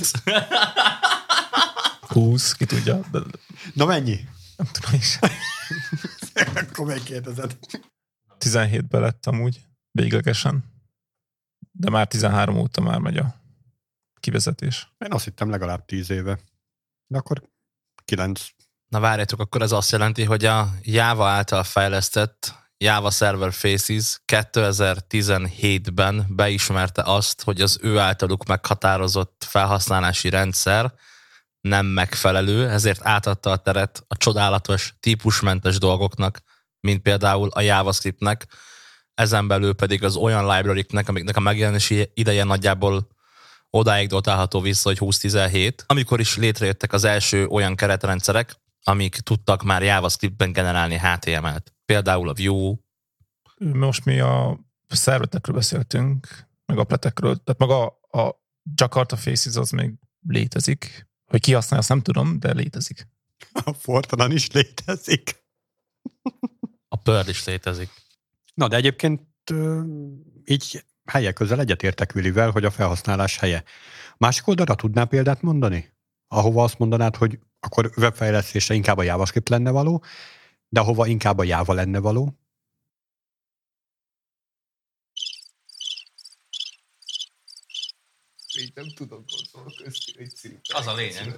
20, ki tudja. De... Na mennyi? Nem tudom is. Akkor megkérdezed. 17-ben lett amúgy. véglegesen. De már 13 óta már megy a kivezetés. Én azt hittem legalább 10 éve. De akkor 9. Na várjátok, akkor ez azt jelenti, hogy a Java által fejlesztett Java Server Faces 2017-ben beismerte azt, hogy az ő általuk meghatározott felhasználási rendszer nem megfelelő, ezért átadta a teret a csodálatos, típusmentes dolgoknak, mint például a JavaScriptnek, ezen belül pedig az olyan library-knek, amiknek a megjelenési ideje nagyjából odáig dotálható vissza, hogy 2017, amikor is létrejöttek az első olyan keretrendszerek, amik tudtak már JavaScriptben generálni HTML-t. Például a Vue. Most mi a szervetekről beszéltünk, meg appletekről, tehát maga a Jakarta Faces az még létezik. Hogy ki használja, azt nem tudom, de létezik. A Fortran is létezik. A Perl is létezik. Na, de egyébként így helyek közel egyetértek Willivel, hogy a felhasználás helye. Másik oldalra tudnál példát mondani? Ahova azt mondanád, hogy akkor webfejlesztésre inkább a JavaScript lenne való, de ahova inkább a Java lenne való? Így nem tudom gondolkozni, hogy szinte. Az a lényeg.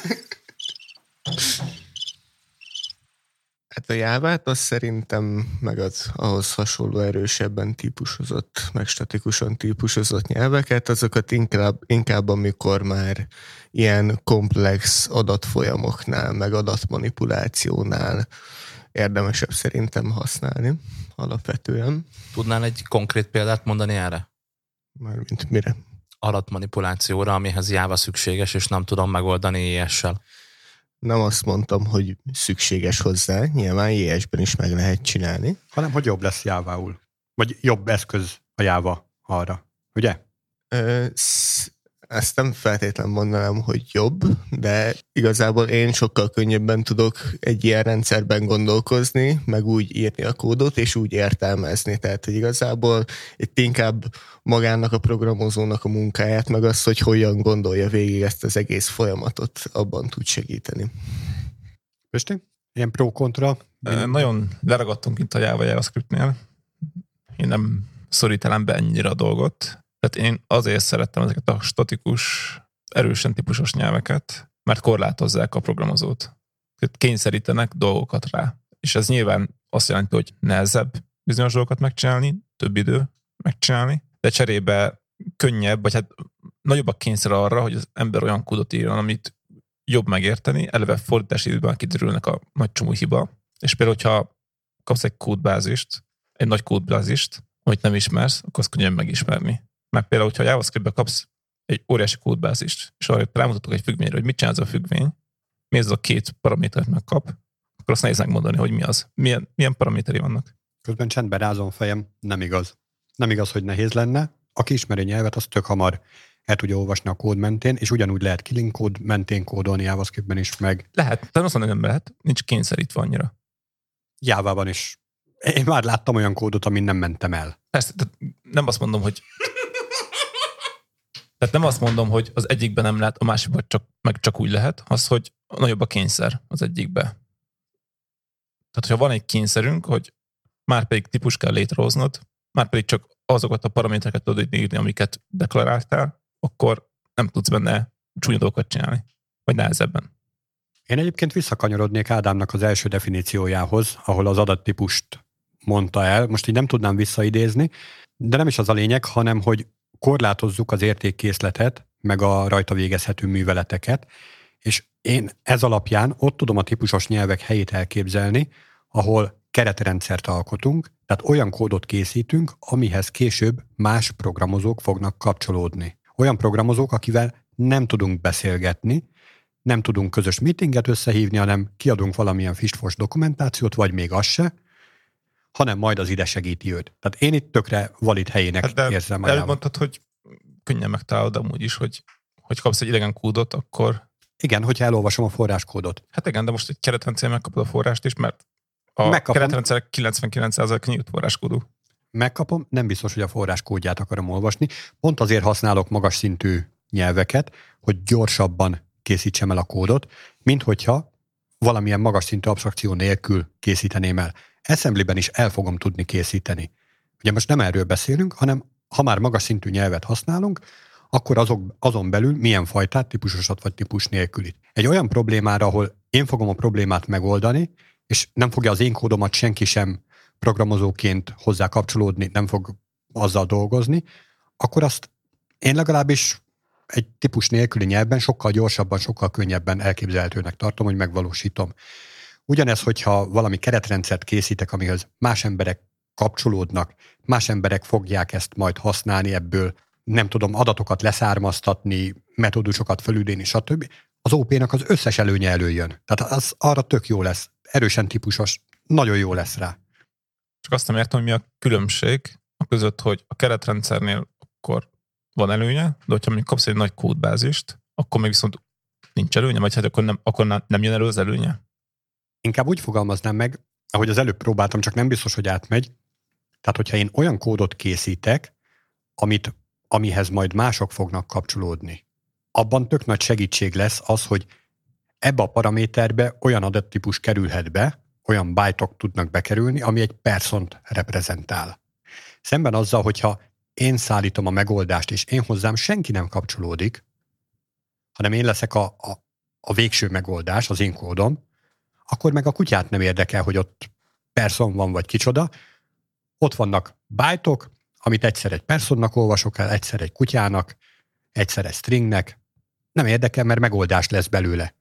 Hát a Jávát az szerintem meg az ahhoz hasonló erősebben típusozott, meg statikusan típusozott nyelveket, azokat inkább amikor már ilyen komplex adatfolyamoknál, meg adatmanipulációnál érdemesebb szerintem használni alapvetően. Tudnál egy konkrét példát mondani erre? Mármint mire? Adatmanipulációra, amihez Java szükséges, és nem tudom megoldani JS-sel. Nem azt mondtam, hogy szükséges hozzá, nyilván JS-ben is meg lehet csinálni. Hanem, hogy jobb lesz Java-ul. Vagy jobb eszköz a Java arra. Ugye? Ezt nem feltétlenül mondanám, hogy jobb, de igazából én sokkal könnyebben tudok egy ilyen rendszerben gondolkozni, meg úgy írni a kódot, és úgy értelmezni. Tehát, hogy igazából itt inkább magának a programozónak a munkáját, meg azt, hogy hogyan gondolja végig ezt az egész folyamatot, abban tud segíteni. Pisti? Ilyen pro-kontra? Nagyon leragadtunk itt a Java JavaScriptnél. Én nem szorítanám be ennyire a dolgot. Tehát én azért szerettem ezeket a statikus, erősen típusos nyelveket, mert korlátozzák a programozót. Tehát kényszerítenek dolgokat rá. És ez nyilván azt jelenti, hogy nehezebb bizonyos dolgokat megcsinálni, több idő megcsinálni, de cserébe könnyebb, vagy hát nagyobb a kényszer arra, hogy az ember olyan kódot írjon, amit jobb megérteni, eleve fordítási időben kiderülnek a nagy csomó hiba. És például, hogyha kapsz egy kódbázist, egy nagy kódbázist, amit nem ismersz, akkor azt könnyebb megismerni. Meg például, hogyha JavaScriptbe kapsz egy óriási kódbázist, és arra rámutatok egy függvényre, hogy mit csinál az a függvény, mi ez a két paramétert megkap, akkor azt nehéz megmondani, hogy mi az. Milyen paraméteri vannak. Közben csendben rázom fejem, nem igaz. Nem igaz, hogy nehéz lenne. Aki ismeri nyelvet, az tök hamar el tudja olvasni a kód mentén, és ugyanúgy lehet killing kód mentén kódolni JavaScriptben is, meg Lehet, de azt mondom, nem lehet, nincs kényszerítve annyira. Jávában is. Én már láttam olyan kódot, amin nem mentem el. Persze, nem azt mondom, hogy az egyikben nem lehet, a másikban csak úgy lehet, az, hogy nagyobb a kényszer az egyikbe. Tehát, hogyha van egy kényszerünk, hogy már pedig típus kell létrehoznod, már pedig csak azokat a paramétereket tudod írni, amiket deklaráltál, akkor nem tudsz benne csúnya dolgokat csinálni. Vagy nehezebben. Én egyébként visszakanyarodnék Ádámnak az első definíciójához, ahol az adattípust mondta el. Most így nem tudnám visszaidézni, de nem is az a lényeg, hanem hogy korlátozzuk az értékkészletet, meg a rajta végezhető műveleteket, és én ez alapján ott tudom a típusos nyelvek helyét elképzelni, ahol keretrendszert alkotunk, tehát olyan kódot készítünk, amihez később más programozók fognak kapcsolódni. Olyan programozók, akivel nem tudunk beszélgetni, nem tudunk közös meetinget összehívni, hanem kiadunk valamilyen fistfos dokumentációt, vagy még az se, hanem majd az ide segíti őt. Tehát én itt tökre valid helyének érzem. De elmondtad, hogy könnyen megtalálod amúgy is, hogy kapsz egy idegen kódot, akkor... Igen, hogyha elolvasom a forráskódot. Hát igen, de most egy keretrendszer megkapod a forrást is, mert a keretrendszerek 99% nyílt forráskódú. Megkapom, nem biztos, hogy a forráskódját akarom olvasni. Pont azért használok magas szintű nyelveket, hogy gyorsabban készítsem el a kódot, mint hogyha valamilyen magas szintű abstrakció nélkül készíteném el. Assemblyben is el fogom tudni készíteni. Ugye most nem erről beszélünk, hanem ha már magas szintű nyelvet használunk, akkor azon belül milyen fajtát, típusosat vagy típus nélkülit. Egy olyan problémára, ahol én fogom a problémát megoldani, és nem fogja az én kódomat senki sem programozóként hozzá kapcsolódni, nem fog azzal dolgozni, akkor azt én legalábbis egy típus nélküli nyelvben sokkal gyorsabban, sokkal könnyebben elképzelhetőnek tartom, hogy megvalósítom. Ugyanez, hogyha valami keretrendszert készítek, amihez más emberek kapcsolódnak, más emberek fogják ezt majd használni ebből, nem tudom, adatokat leszármaztatni, metódusokat felülírni, stb. Az OP-nak az összes előnye előjön. Tehát az arra tök jó lesz. Erősen típusos, nagyon jó lesz rá. Csak azt nem értem, hogy mi a különbség a között, hogy a keretrendszernél akkor van előnye, de hogyha mondjuk kapsz egy nagy kódbázist, akkor még viszont nincs előnye, vagy hát akkor nem jön elő az előnye? Inkább úgy fogalmaznám meg, ahogy az előbb próbáltam, csak nem biztos, hogy átmegy. Tehát, hogyha én olyan kódot készítek, amihez majd mások fognak kapcsolódni, abban tök nagy segítség lesz az, hogy ebbe a paraméterbe olyan adattípus kerülhet be, olyan byte-ok tudnak bekerülni, ami egy persont reprezentál. Szemben azzal, hogyha én szállítom a megoldást, és én hozzám senki nem kapcsolódik, hanem én leszek a végső megoldás, az én kódom, akkor meg a kutyát nem érdekel, hogy ott person van, vagy kicsoda. Ott vannak byte-ok, amit egyszer egy personnak olvasok el, egyszer egy kutyának, egyszer egy stringnek. Nem érdekel, mert megoldás lesz belőle.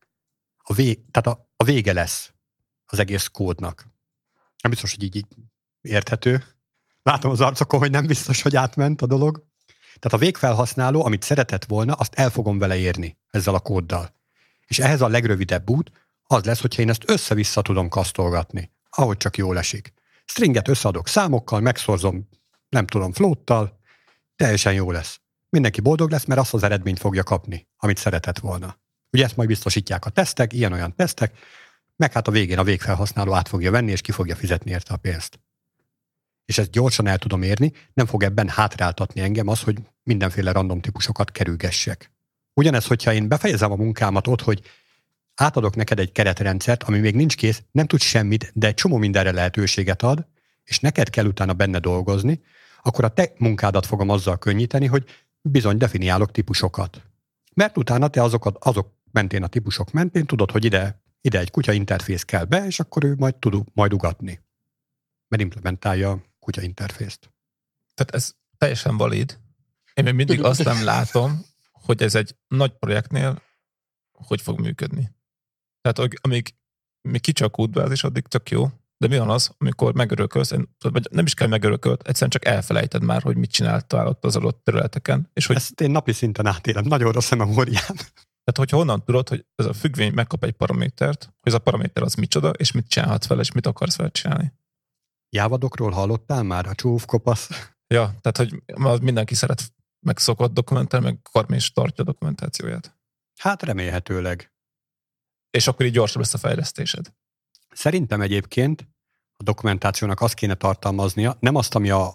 Tehát a vége lesz az egész kódnak. Nem biztos, hogy így érthető. Látom az arcokon, hogy nem biztos, hogy átment a dolog. Tehát a végfelhasználó, amit szeretett volna, azt el fogom vele érni ezzel a kóddal. És ehhez a legrövidebb út az lesz, hogyha én ezt össze-vissza tudom kasztolgatni, ahogy csak jól esik. Stringet összeadok számokkal, megszorzom, nem tudom, floattal, teljesen jó lesz. Mindenki boldog lesz, mert azt az eredményt fogja kapni, amit szeretett volna. Ugye ezt majd biztosítják a tesztek, ilyen-olyan tesztek, meg hát a végén a végfelhasználó át fogja venni, és ki fogja fizetni érte a pénzt. És ezt gyorsan el tudom érni, nem fog ebben hátráltatni engem az, hogy mindenféle random típusokat kerülgessek. Ugyanez, hogyha én befejezem a munkámat ott, hogy átadok neked egy keretrendszert, ami még nincs kész, nem tud semmit, de egy csomó mindenre lehetőséget ad, és neked kell utána benne dolgozni, akkor a te munkádat fogom azzal könnyíteni, hogy bizony definiálok típusokat. Mert utána te azok mentén, a típusok mentén tudod, hogy ide egy kutya interfész kell be, és akkor ő majd ugatni. Mert implementálja a kutya interfészt. Tehát ez teljesen valid. Én még mindig azt nem látom, hogy ez egy nagy projektnél hogy fog működni. Tehát amíg még kicsi a kódbázis, addig tök jó, de mi van az, amikor megörökölsz, vagy nem is kell megörökölt, egyszerűen csak elfelejted már, hogy mit csináltál ott az adott területeken. És hogy... Ezt én napi szinten átélem, nagyon rossz a memóriám. Tehát, hogyha honnan tudod, hogy ez a függvény megkap egy paramétert, hogy ez a paraméter az micsoda, és mit csinálhatsz vele, és mit akarsz vele csinálni. Jávadokról hallottál már? A csúf kopasz? Ja, tehát, hogy mindenki szeret megszokott dokumentálni, meg karmi is tartja a dokumentációját. Hát remélhetőleg. És akkor így gyorsabb lesz a fejlesztésed. Szerintem egyébként a dokumentációnak azt kéne tartalmaznia, nem azt,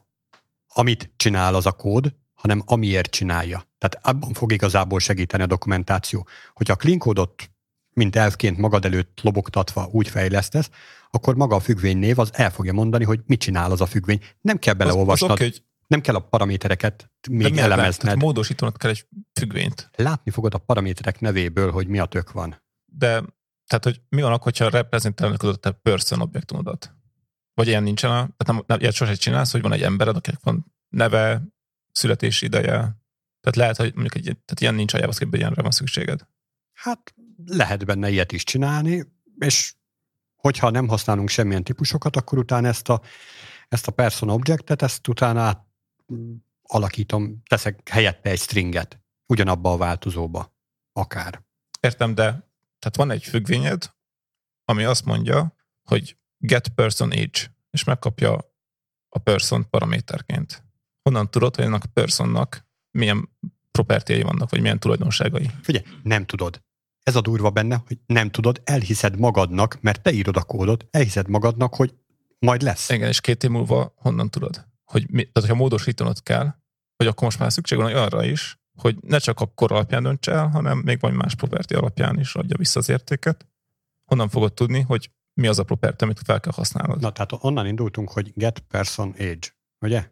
amit csinál az a kód, hanem amiért csinálja. Tehát abban fog igazából segíteni a dokumentáció. Hogyha a clean kódot, mint elfként magad előtt lobogtatva úgy fejlesztesz, akkor maga a függvénynév az el fogja mondani, hogy mit csinál az a függvény. Nem kell beleolvasnod, okay, nem kell a paramétereket még elemezned. Módosítanod kell egy függvényt. Látni fogod a paraméterek nevéből, hogy mi a tök van. De, tehát, hogy mi van akkor, hogyha reprezentálnak a person objektumodat? Vagy ilyen nincsen, tehát nem ilyet sosem csinálsz, hogy van egy embered, akinek van neve, születési ideje. Tehát lehet, hogy mondjuk tehát ilyen nincs a JavaScript-ben, ilyenre van szükséged. Hát lehet benne ilyet is csinálni, és hogyha nem használunk semmilyen típusokat, akkor utána ezt a person objectet, ezt utána alakítom, teszek helyette egy stringet, ugyanabba a változóba, akár. Értem, de tehát van egy függvényed, ami azt mondja, hogy get person age, és megkapja a person paraméterként. Honnan tudod, hogy ennek a personnak milyen propertyái vannak, vagy milyen tulajdonságai? Figyelj, nem tudod. Ez a durva benne, hogy nem tudod, elhiszed magadnak, mert te írod a kódot, elhiszed magadnak, hogy majd lesz. Igen, és 2 év múlva honnan tudod? Tehát, hogyha módosítanod kell, hogy akkor most már szükség van arra is, hogy ne csak a kor alapján dönts el, hanem még vagy más property alapján is adja vissza az értéket. Honnan fogod tudni, hogy mi az a property, amit fel kell használnod? Na, tehát onnan indultunk, hogy get person age, ugye?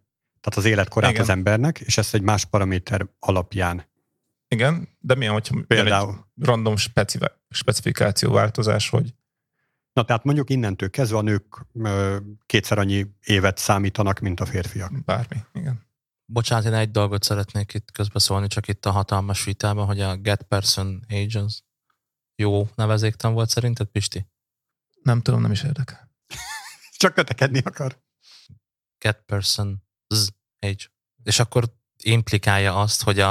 tehát az életkorát Igen. az embernek, és ezt egy más paraméter alapján. Igen, de milyen, hogyha Például. egy random specifikáció változás, hogy Na, tehát mondjuk innentől kezdve a nők kétszer annyi évet számítanak, mint a férfiak. bármi. Igen. Bocsánat, én egy dolgot szeretnék itt közbeszólni, csak itt a hatalmas vitában, hogy a get person ages jó nevezéktan volt szerinted, Pisti? Nem tudom, nem is érdekel. Csak kötekedni akar. Get person age. És akkor implikálja azt, hogy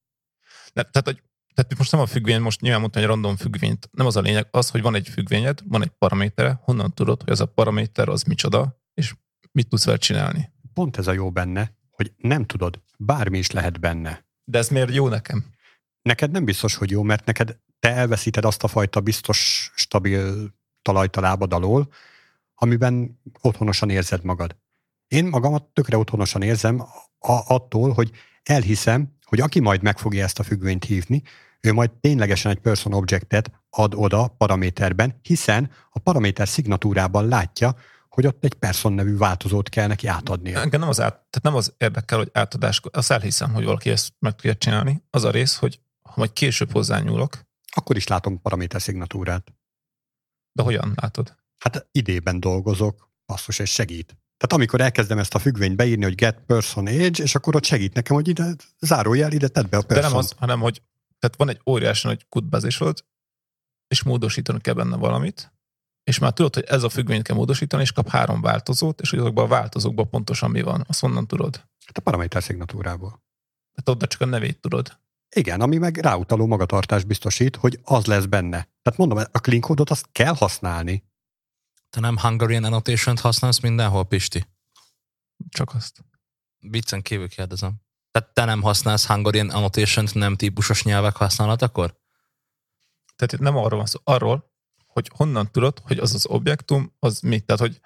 Tehát most nem a függvény, most nyilván mondtam egy random függvényt, nem az a lényeg, az, hogy van egy függvényed, van egy paramétere, honnan tudod, hogy az a paraméter az micsoda, és mit tudsz vele csinálni. Pont ez a jó benne, hogy nem tudod, bármi is lehet benne. De ez miért jó nekem? Neked nem biztos, hogy jó, mert neked te elveszíted azt a fajta biztos, stabil talajt a lábad alól, amiben otthonosan érzed magad. Én magamat tökre otthonosan érzem attól, hogy elhiszem, hogy aki majd meg fogja ezt a függvényt hívni, ő majd ténylegesen egy person objectet ad oda paraméterben, hiszen a paraméter szignatúrában látja, hogy ott egy person nevű változót kell neki átadnia. Engem tehát nem az érdekel, hogy átadás, azt elhiszem, hogy valaki ezt meg tudja csinálni. Az a rész, hogy ha majd később hozzányúlok. Akkor is látom paraméter szignatúrát. De hogyan látod? Hát idében dolgozok, basszus, és segít. Tehát amikor elkezdem ezt a függvényt beírni, hogy get person age, és akkor ott segít nekem, hogy ide zárójel, ide tedd be a person. De nem az, hanem hogy tehát van egy óriási nagy kódbázisod, és módosítani kell benne valamit, és már tudod, hogy ez a függvényt kell módosítani, és kap 3 változót, és hogy azokban a változókban pontosan mi van. Azt honnan tudod? Hát a paraméter szignatúrából. Tehát oda csak a nevét tudod. Igen, ami meg ráutaló magatartást biztosít, hogy az lesz benne. Tehát mondom, a clean code-ot azt kell használni. te nem Hungarian annotation-t használsz mindenhol, Pisti? Csak azt. Viccen kívül kérdezem. Tehát te nem használsz Hungarian annotation-t nem típusos nyelvek használatakor? Tehát itt nem arról van szó, arról, hogy honnan tudod, hogy az az objektum, az mi? Tehát, hogy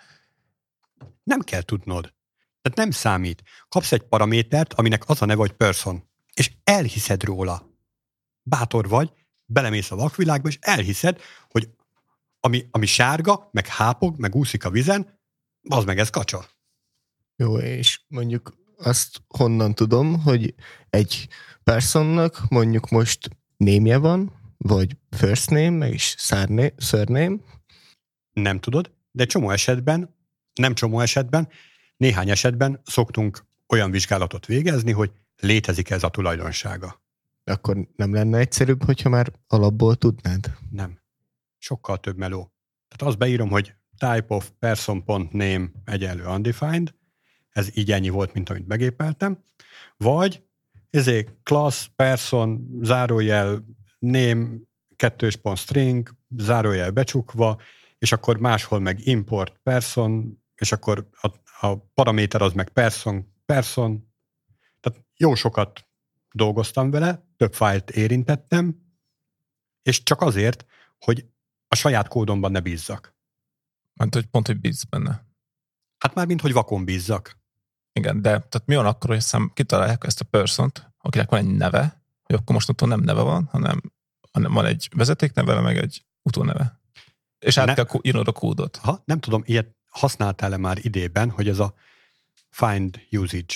nem kell tudnod. Tehát nem számít. Kapsz egy paramétert, aminek az a neve, hogy person, és elhiszed róla. Bátor vagy, belemész a vakvilágba, és elhiszed, hogy ami sárga, meg hápog, meg úszik a vizen, az meg ez kacsa. Jó, és mondjuk azt honnan tudom, hogy egy personnak mondjuk most name-je van, vagy first name, meg is surname. Nem tudod, de csomó esetben, néhány esetben szoktunk olyan vizsgálatot végezni, hogy létezik ez a tulajdonsága. Akkor nem lenne egyszerűbb, hogyha már alapból tudnád? Nem. Sokkal több meló. Tehát azt beírom, hogy type of person.name egyenlő undefined, ez így ennyi volt, mint amit begépeltem, vagy class person zárójel name 2.string zárójel becsukva, és akkor máshol meg import person, és akkor a paraméter az meg person. Tehát jó sokat dolgoztam vele, több fájlt érintettem, és csak azért, hogy a saját kódomban ne bízzak. mert hogy pont, hogy bízz benne. Hát már mint, hogy vakon bízzak. Igen, de tehát mi van akkor, hogy kitalálják ezt a persont, akinek van egy neve, hogy akkor mostantól nem neve van, hanem van egy vezetékneve, meg egy utóneve. És át kell írnod a kódot. Nem tudom, ilyet használtál-e már idében, hogy ez a find usage.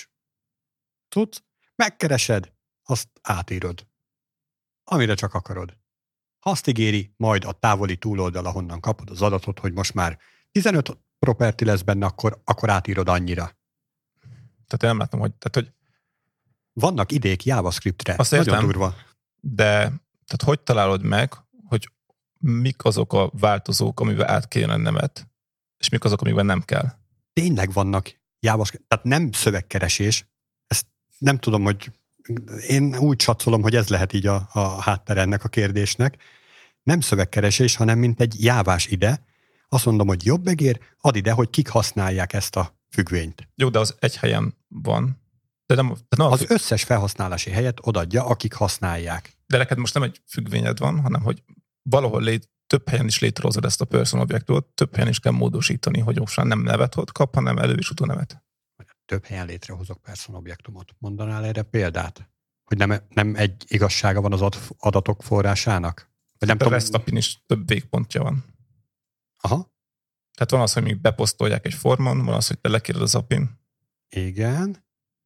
Tudsz? Megkeresed, azt átírod. Amire csak akarod. Ha azt ígéri, majd a távoli túloldal, ahonnan kapod az adatot, hogy most már 15 property lesz benne, akkor átírod annyira. Tehát én nem látom, hogy vannak idék JavaScriptre. Azt értem, nagyon durva. De tehát hogy találod meg, hogy mik azok a változók, amivel át kéne nemet, és mik azok, amikben nem kell? Tényleg vannak JavaScript, tehát nem szövegkeresés. Ezt nem tudom, hogy én úgy satszolom, hogy ez lehet így a háttere ennek a kérdésnek. Nem szövegkeresés, hanem mint egy jávás ide. Azt mondom, hogy jobb egér, add ide, hogy kik használják ezt a függvényt. Jó, de az egy helyen van. De nem az összes felhasználási helyet odadja, akik használják. De neked most nem egy függvényed van, hanem hogy valahol több helyen is létrehozod ezt a person objektumot, több helyen is kell módosítani, hogy most már nem nevet kap, hanem elő- és utónevet. Több helyen létrehozok person objektumot. Mondanál erre példát? Hogy nem egy igazsága van az adatok forrásának? Vagy nem a REST API-n is több végpontja van. Aha. Tehát van az, hogy még beposztolják egy formon, van az, hogy te lekéred az API-n. Igen.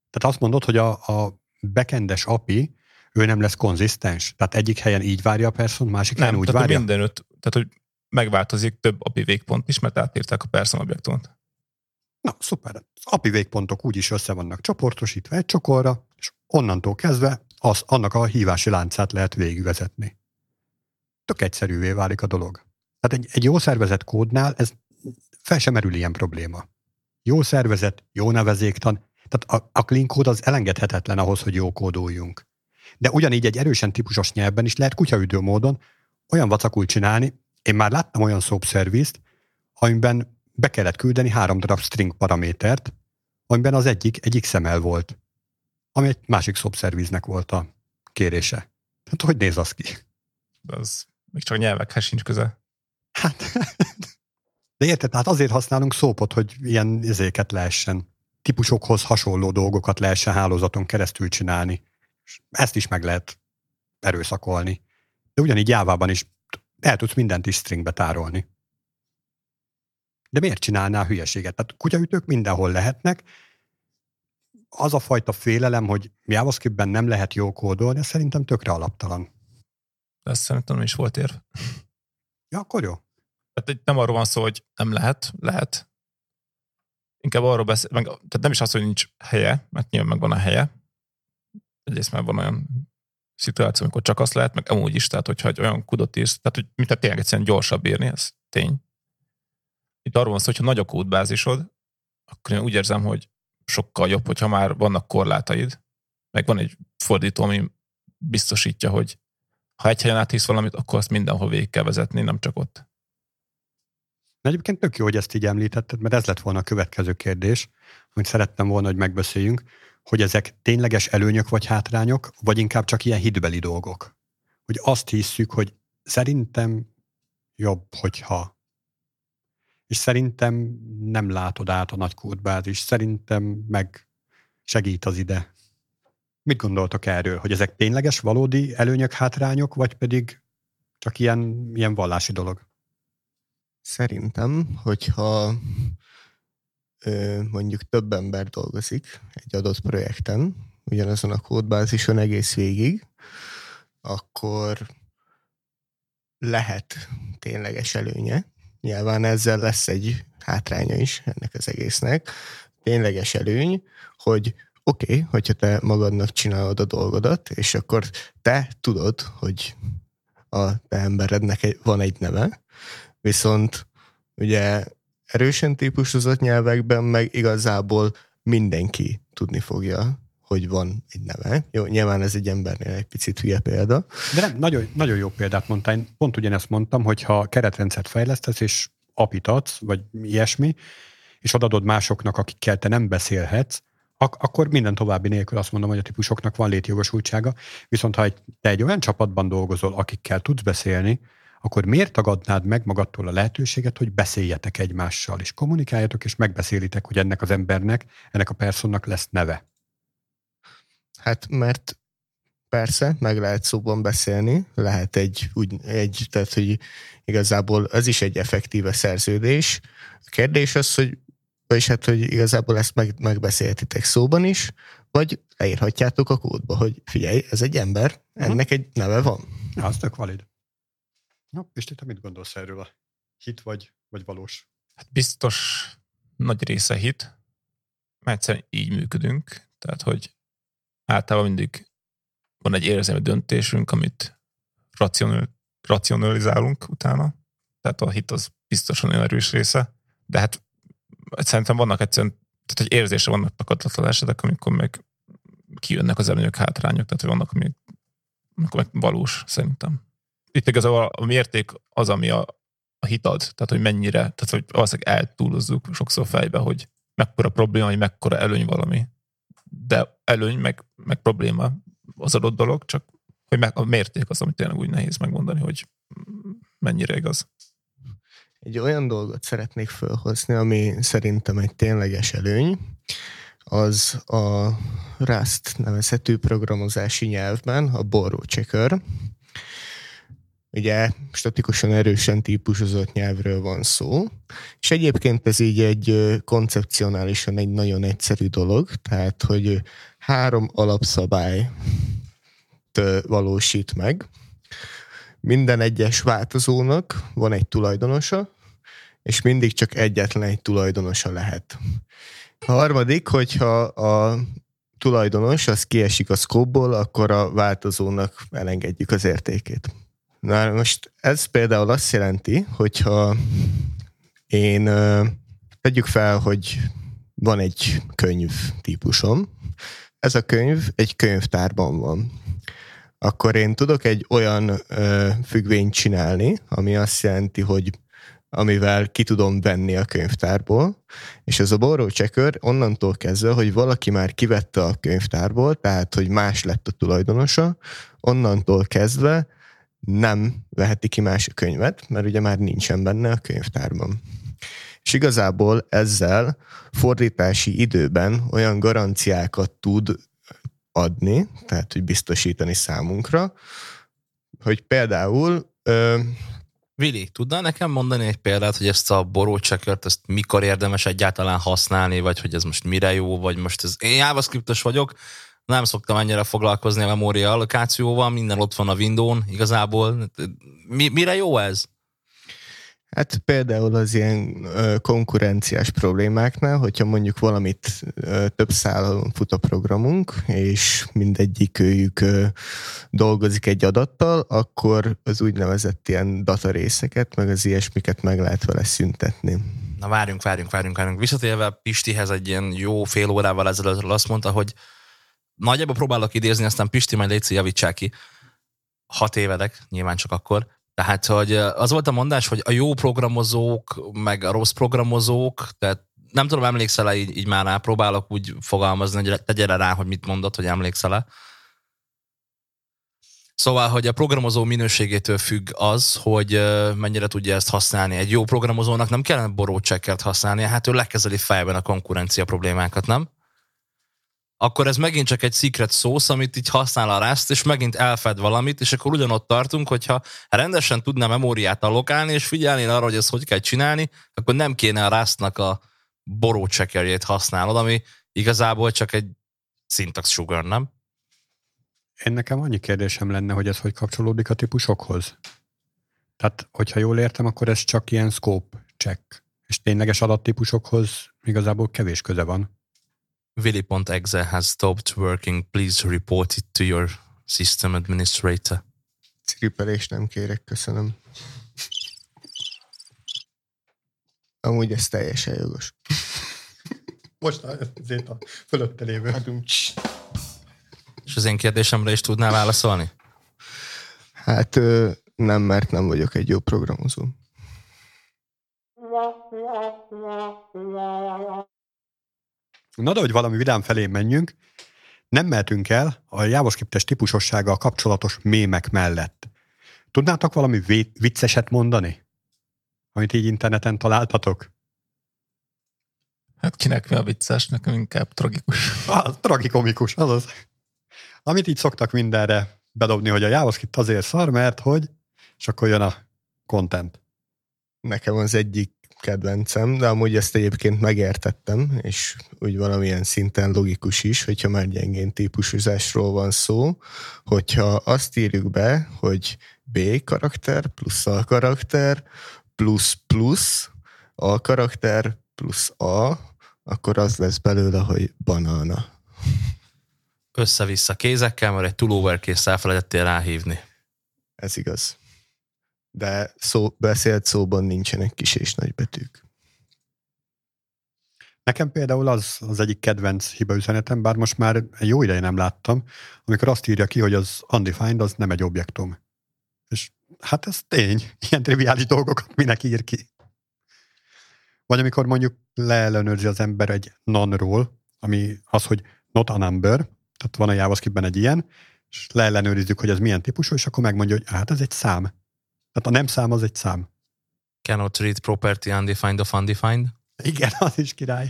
Tehát azt mondod, hogy a backendes API, ő nem lesz konzisztens? Tehát egyik helyen így várja a person, másik helyen úgy várja? Mindenütt, tehát hogy megváltozik több API végpont is, mert átírták a person objektumot. Na, szuper. Az API végpontok úgyis össze vannak csoportosítva egy csokorra, és onnantól kezdve annak a hívási láncát lehet végigvezetni. Tök egyszerűvé válik a dolog. Tehát egy jó szervezett kódnál ez fel sem merül ilyen probléma. Jó szervezet, jó nevezéktan, tehát a clean code az elengedhetetlen ahhoz, hogy jó kódoljunk. De ugyanígy egy erősen típusos nyelvben is lehet kutyaüdő módon olyan vacakul csinálni. Én már láttam olyan soap service-t, amiben be kellett küldeni 3 darab string paramétert, amiben az egyik egy XML volt, ami egy másik soap service-nek volt a kérése. Tehát hogy néz az ki? De az még csak nyelvekhez sincs köze. Hát, de érted, hát azért használunk soapot, hogy ilyen izéket lehessen, típusokhoz hasonló dolgokat lehessen hálózaton keresztül csinálni. Ezt is meg lehet erőszakolni. De ugyanígy Jávában is el tudsz mindent is stringbe tárolni. De miért csinálnál hülyeséget? Tehát kutyaütők mindenhol lehetnek. Az a fajta félelem, hogy JavaScriptben nem lehet jó kódolni, ez szerintem tökre alaptalan. De ezt szerintem nem is volt érv. Ja, akkor jó. Tehát nem arról van szó, hogy nem lehet. Inkább arról beszél, tehát nem is az, hogy nincs helye, mert nyilván megvan a helye. Egyrészt már van olyan szituáció, amikor csak azt lehet, meg amúgy is, tehát hogyha egy olyan kódot írsz, tehát hogy mint tényleg egyszerűen gyorsabb írni, ez tény. Itt arról van szó, hogyha nagy a kódbázisod, akkor én úgy érzem, hogy sokkal jobb, hogyha már vannak korlátaid, meg van egy fordító, ami biztosítja, hogy ha egy helyen áthisz valamit, akkor azt mindenhol végig kell vezetni, nem csak ott. Egyébként tök jó, hogy ezt így említetted, mert ez lett volna a következő kérdés, amit szerettem volna, hogy megbeszéljünk, hogy ezek tényleges előnyök vagy hátrányok, vagy inkább csak ilyen hitbeli dolgok. Hogy azt hisszük, hogy szerintem jobb, hogyha. És szerintem nem látod át a nagy kódbázis, szerintem meg segít az ide. Mit gondoltok erről? Hogy ezek tényleges, valódi előnyök, hátrányok, vagy pedig csak ilyen vallási dolog? Szerintem, hogyha mondjuk több ember dolgozik egy adott projekten, ugyanazon a kódbázison egész végig, akkor lehet tényleges előnye. Nyilván ezzel lesz egy hátránya is ennek az egésznek. Tényleges előny, hogy oké, hogyha te magadnak csinálod a dolgodat, és akkor te tudod, hogy a te emberednek van egy neve, viszont ugye erősen típusozott nyelvekben meg igazából mindenki tudni fogja, hogy van egy neve. Jó, nyilván ez egy embernél egy picit hülye példa. De nem, nagyon, nagyon jó példát mondtál. Én pont ugyanezt mondtam, hogy ha keretrendszert fejlesztesz, és API-t adsz, vagy ilyesmi, és odadod másoknak, akikkel te nem beszélhetsz, akkor minden további nélkül azt mondom, hogy a típusoknak van létjogosultsága. Viszont ha te egy olyan csapatban dolgozol, akikkel tudsz beszélni, akkor miért tagadnád meg magadtól a lehetőséget, hogy beszéljetek egymással, és kommunikáljatok, és megbeszélitek, hogy ennek az embernek, ennek a personnak lesz neve? Hát mert persze, meg lehet szóban beszélni, lehet tehát hogy igazából ez is egy effektíve szerződés. A kérdés az, hogy igazából ezt megbeszéltitek szóban is, vagy leírhatjátok a kódba, hogy figyelj, ez egy ember, ennek egy neve van. Ja, az tök valid. Na, Pisti, te mit gondolsz erről a hit vagy valós? Hát biztos nagy része hit, mert egyszerűen így működünk, tehát hogy általában mindig van egy érzelmi döntésünk, amit racionalizálunk utána, tehát a hit az biztosan olyan erős része, de hát szerintem vannak egyszerűen, tehát hogy érzésre vannak takatlatlan esetek, amikor meg kijönnek az előnyök, hátrányok, tehát hogy vannak, amikor meg valós szerintem. Itt igazából a mérték az, ami a hit ad, tehát hogy mennyire, tehát hogy valószínűleg eltúlozzuk sokszor fejbe, hogy mekkora probléma, hogy mekkora előny valami. De előny, meg probléma az adott dolog, csak hogy a mérték az, amit tényleg úgy nehéz megmondani, hogy mennyire igaz. Egy olyan dolgot szeretnék felhozni, ami szerintem egy tényleges előny, az a Rust nevezhető programozási nyelvben a borrow checker. ugye statikusan erősen típusozott nyelvről van szó, és egyébként ez így egy koncepcionálisan egy nagyon egyszerű dolog, tehát, hogy 3 alapszabály valósít meg. Minden egyes változónak van egy tulajdonosa, és mindig csak egyetlen egy tulajdonosa lehet. A harmadik, hogyha a tulajdonos az kiesik a szkópból, akkor a változónak elengedjük az értékét. Na most ez például azt jelenti, hogyha tegyük fel, hogy van egy könyv típusom, ez a könyv egy könyvtárban van. Akkor én tudok egy olyan függvényt csinálni, ami azt jelenti, hogy amivel ki tudom venni a könyvtárból, és ez a borrow checker onnantól kezdve, hogy valaki már kivette a könyvtárból, tehát, hogy más lett a tulajdonosa, onnantól kezdve nem veheti ki más a könyvet, mert ugye már nincsen benne a könyvtárban. És igazából ezzel fordítási időben olyan garanciákat tud adni, tehát, hogy biztosítani számunkra, hogy például... Vili, tudnál nekem mondani egy példát, hogy ezt a borrow checkert, ezt mikor érdemes egyáltalán használni, vagy hogy ez most mire jó, vagy most ez... Én JavaScriptos vagyok, nem szoktam ennyire foglalkozni a memória allokációval, minden ott van a Windows-n igazából. Mire jó ez? Hát például az ilyen konkurenciás problémáknál, hogyha mondjuk valamit több szálon fut a programunk, és mindegyik őjük dolgozik egy adattal, akkor az úgynevezett ilyen datarészeket, meg az ilyesmiket meg lehet vele szüntetni. Na várjunk. Visszatérve Pistihez egy ilyen jó fél órával ezelőtt azt mondta, hogy nagyjából próbálok idézni, aztán Pisti majd létszi javítsák ki. 6 évedek, nyilván csak akkor. Tehát, hogy az volt a mondás, hogy a jó programozók, meg a rossz programozók, tehát nem tudom, emlékszel-e így már rá, próbálok úgy fogalmazni, hogy tegyere rá, hogy mit mondott, hogy emlékszel-e. Szóval, hogy a programozó minőségétől függ az, hogy mennyire tudja ezt használni. Egy jó programozónak nem kellene borrow checkert használni, hát ő lekezeli fejben a konkurencia problémákat, nem? Akkor ez megint csak egy secret sauce, amit így használ a Rust, és megint elfed valamit, és akkor ugyanott tartunk, hogyha rendesen tudná memóriát allokálni, és figyelni arra, hogy ezt hogy kell csinálni, akkor nem kéne a Rustnak a borrow checkerjét használod, ami igazából csak egy syntax sugar, nem? Én nekem annyi kérdésem lenne, hogy ez hogy kapcsolódik a típusokhoz. Tehát, hogyha jól értem, akkor ez csak ilyen scope check, és tényleges adattípusokhoz igazából kevés köze van. Willy.exe has stopped working. Please report it to your system administrator. Ciripelést nem kérek, köszönöm. Amúgy ez teljesen jogos. Most azért a fölötte lévő. És az én kérdésemre is tudnál válaszolni? Hát nem, mert nem vagyok egy jó programozó. Na, de hogy valami vidám felé menjünk, nem mehetünk el a JavaScript-es típusossággal kapcsolatos mémek mellett. Tudnátok valami vicceset mondani? Amit így interneten találtatok? Hát kinek mi a vicces, nekem inkább tragikus. Tragikomikus, azaz. Amit így szoktak mindenre bedobni, hogy a JavaScript azért szar, mert hogy, és akkor jön a content. Nekem az egyik kedvencem, de amúgy ezt egyébként megértettem, és úgy valamilyen szinten logikus is, hogyha már gyengén típusozásról van szó, hogyha azt írjuk be, hogy B karakter plusz A karakter plusz A karakter plusz A, akkor az lesz belőle, hogy banána. Össze-vissza kézekkel, mert egy pullover-kész elfelejtettél ráhívni. Ez igaz. De beszélt szóban nincsenek kis és nagy betűk. Nekem például az egyik kedvenc hibaüzenetem, bár most már jó ideje nem láttam, amikor azt írja ki, hogy az undefined az nem egy objektum. És hát ez tény, ilyen triviális dolgokat minek ír ki. Vagy amikor mondjuk leellenőrzi az ember egy non-ról, ami az, hogy not a number, tehát van a JavaScriptben egy ilyen, és leellenőrizzük, hogy ez milyen típusú, és akkor megmondja, hogy hát ez egy szám. Tehát a nem szám az egy szám. Cannot read property undefined of undefined. Igen, az is király.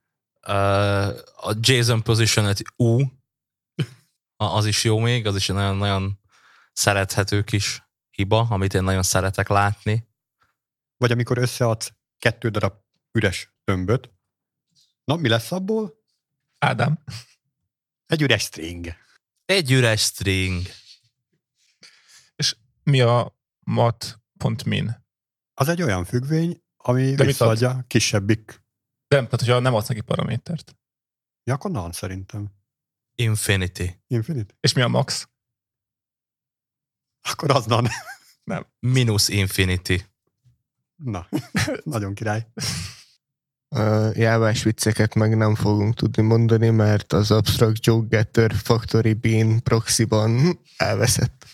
A JSON position-et U, az is jó még, az is nagyon, nagyon szerethető kis hiba, amit én nagyon szeretek látni. Vagy amikor összeadsz 2 darab üres tömböt. Na, mi lesz abból? Ádám. Egy üres string. Egy üres string. És mi a mat.min? Az egy olyan függvény, ami De visszaadja kisebbik. Nem, tehát hogyha nem adsz neki paramétert. Ja, akkor none szerintem. Infinity. Infinite? És mi a max? Akkor az none. Nem. Minus infinity. Na, nagyon király. Jávás vicceket meg nem fogunk tudni mondani, mert az Abstract Joke Getter Factory Bean proxyban elveszett.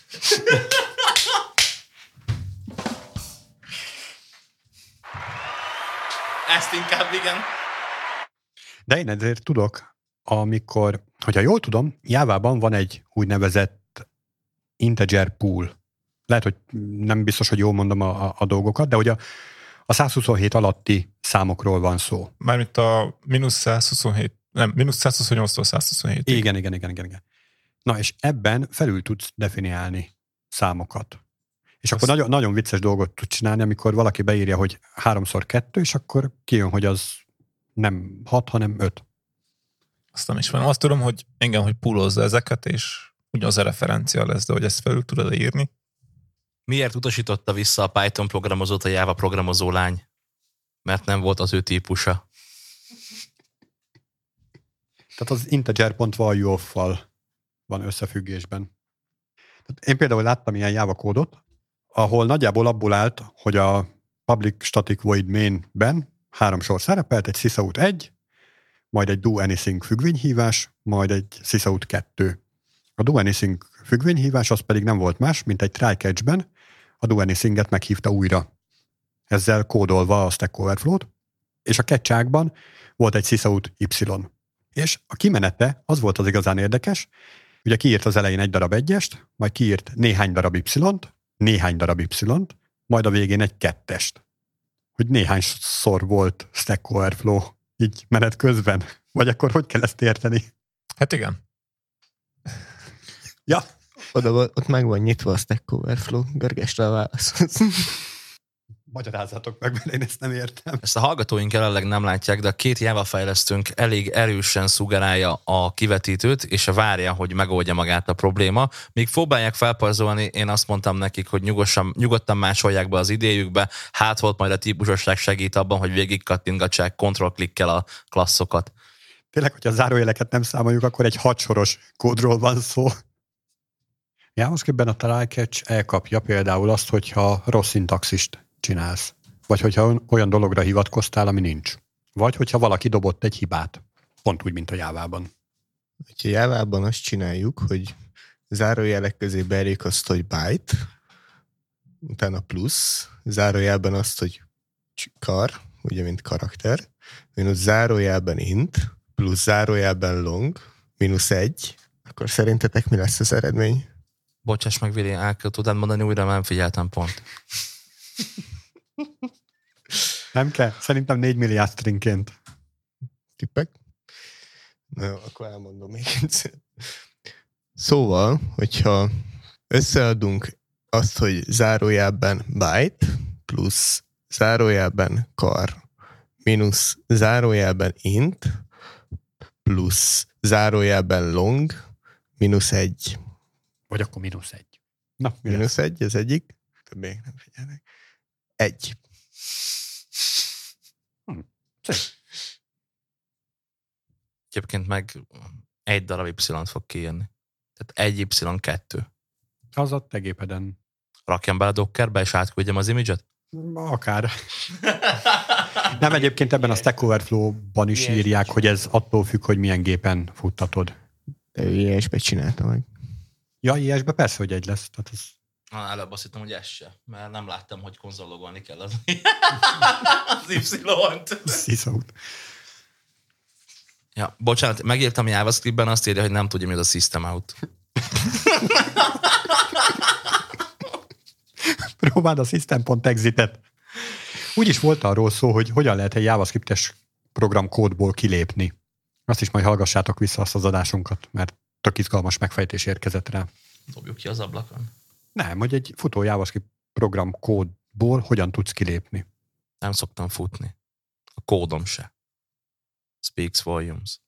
Ezt inkább igen. De én ezért tudok, amikor, hogyha jól tudom, Jávában van egy úgynevezett integer pool. Lehet, hogy nem biztos, hogy jól mondom a dolgokat, de hogy a 127 alatti számokról van szó. Mármint a mínusz 127, nem, mínusz 128-tól 127. Igen. Na, és ebben felül tudsz definiálni számokat. És akkor nagyon, nagyon vicces dolgot tud csinálni, amikor valaki beírja, hogy 3x2, és akkor kijön, hogy az nem 6, hanem 5. Azt nem is van. Azt tudom, hogy engem, hogy poolozza ezeket, és ugyanaz a referencia lesz, de hogy ezt felül tudod írni. Miért utasította vissza a Python programozót a Java programozó lány? Mert nem volt az ő típusa. Tehát az integer.valueof-val van összefüggésben. Tehát én például láttam ilyen Java kódot, ahol nagyjából abból állt, hogy a public static void main-ben 3 sor szerepelt, egy sysout 1, majd egy do anything függvényhívás, majd egy sysout 2. A do anything függvényhívás az pedig nem volt más, mint egy try catch-ben a do anything-et meghívta újra. Ezzel kódolva a Stack Overflow-t, és a catch-ákban volt egy sysout y. És a kimenete az volt az igazán érdekes, ugye kiírt az elején egy darab 1-est, majd kiírt néhány darab y-t, néhány darab y-t, majd a végén egy 2-est. Hogy néhányszor volt Stack Overflow így menet közben. Vagy akkor hogy kell ezt érteni? Hát igen. Ja. Ott meg van nyitva a Stack Overflow. Görgesre a válasz. Magyarázzatok meg, mert én ezt nem értem. Ezt a hallgatóink jelenleg nem látják, de a 2 Java fejlesztőnk elég erősen szugerálja a kivetítőt, és várja, hogy megoldja magát a probléma. Míg próbálják felparzolni, én azt mondtam nekik, hogy nyugodtan másolják be az idejükbe, hát volt majd a típusosság segít abban, hogy végig kattintgassák kontroll-klikkel a klasszokat. Tényleg, hogyha a zárójeleket nem számoljuk, akkor egy 6 soros kódról van szó. JavaScriptben a try catch elkapja például azt, hogyha rossz szintaxist csinálsz. Vagy hogyha olyan dologra hivatkoztál, ami nincs. Vagy hogyha valaki dobott egy hibát. Pont úgy, mint a Jávában. A Jávában azt csináljuk, hogy zárójelek közé beírjuk azt, hogy byte, utána plusz, zárójelben azt, hogy kar, ugye, mint karakter, mínusz zárójelben int, plusz zárójelben long, -1, akkor szerintetek mi lesz az eredmény? Bocsáss meg, Vili, el kell tudod mondani újra, nem figyeltem pont. Nem kell? Szerintem 4 milliárd stringként. Tippek? Na, akkor elmondom még egyszer. Szóval, hogyha összeadunk azt, hogy zárójelben byte, plusz zárójelben kar, mínusz zárójelben int, plusz zárójelben long, -1. Vagy akkor -1. Na, -1, ez egyik. Többé nem figyelnek. 1. Egyébként meg egy darab Y-t fog kijönni. Tehát egy Y2. Az a te gépeden. Rakjam be a Dockerbe, és átküldjem az image-et? Akár. Nem, egyébként ebben a Stack Overflow-ban is írják, hogy ez attól függ, hogy milyen gépen futtatod. De ő IS-be csinálta meg. Ja, IS-be persze, hogy egy lesz. Tehát ez... Előbb azt hittem, hogy ez se, mert nem láttam, hogy konzollogolni kell az Y-t. Sysout. Ja, bocsánat, megírtam JavaScriptben, azt írja, hogy nem tudja, mi az a system out. Próbáld a system.exit-et. Úgyis volt arról szó, hogy hogyan lehet egy JavaScript-es programkódból kilépni. Azt is majd hallgassátok vissza azt az adásunkat, mert tök izgalmas megfejtés érkezett rá. Dobjuk ki az ablakon. Nem, hogy egy futó JavaScript program kódból hogyan tudsz kilépni. Nem szoktam futni. A kódom se. Speaks volumes.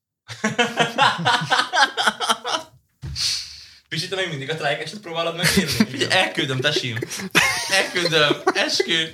Pisti, te még mindig a try-catch-et próbálod megírni? Elküldöm, tesim. Elküldöm, eskü.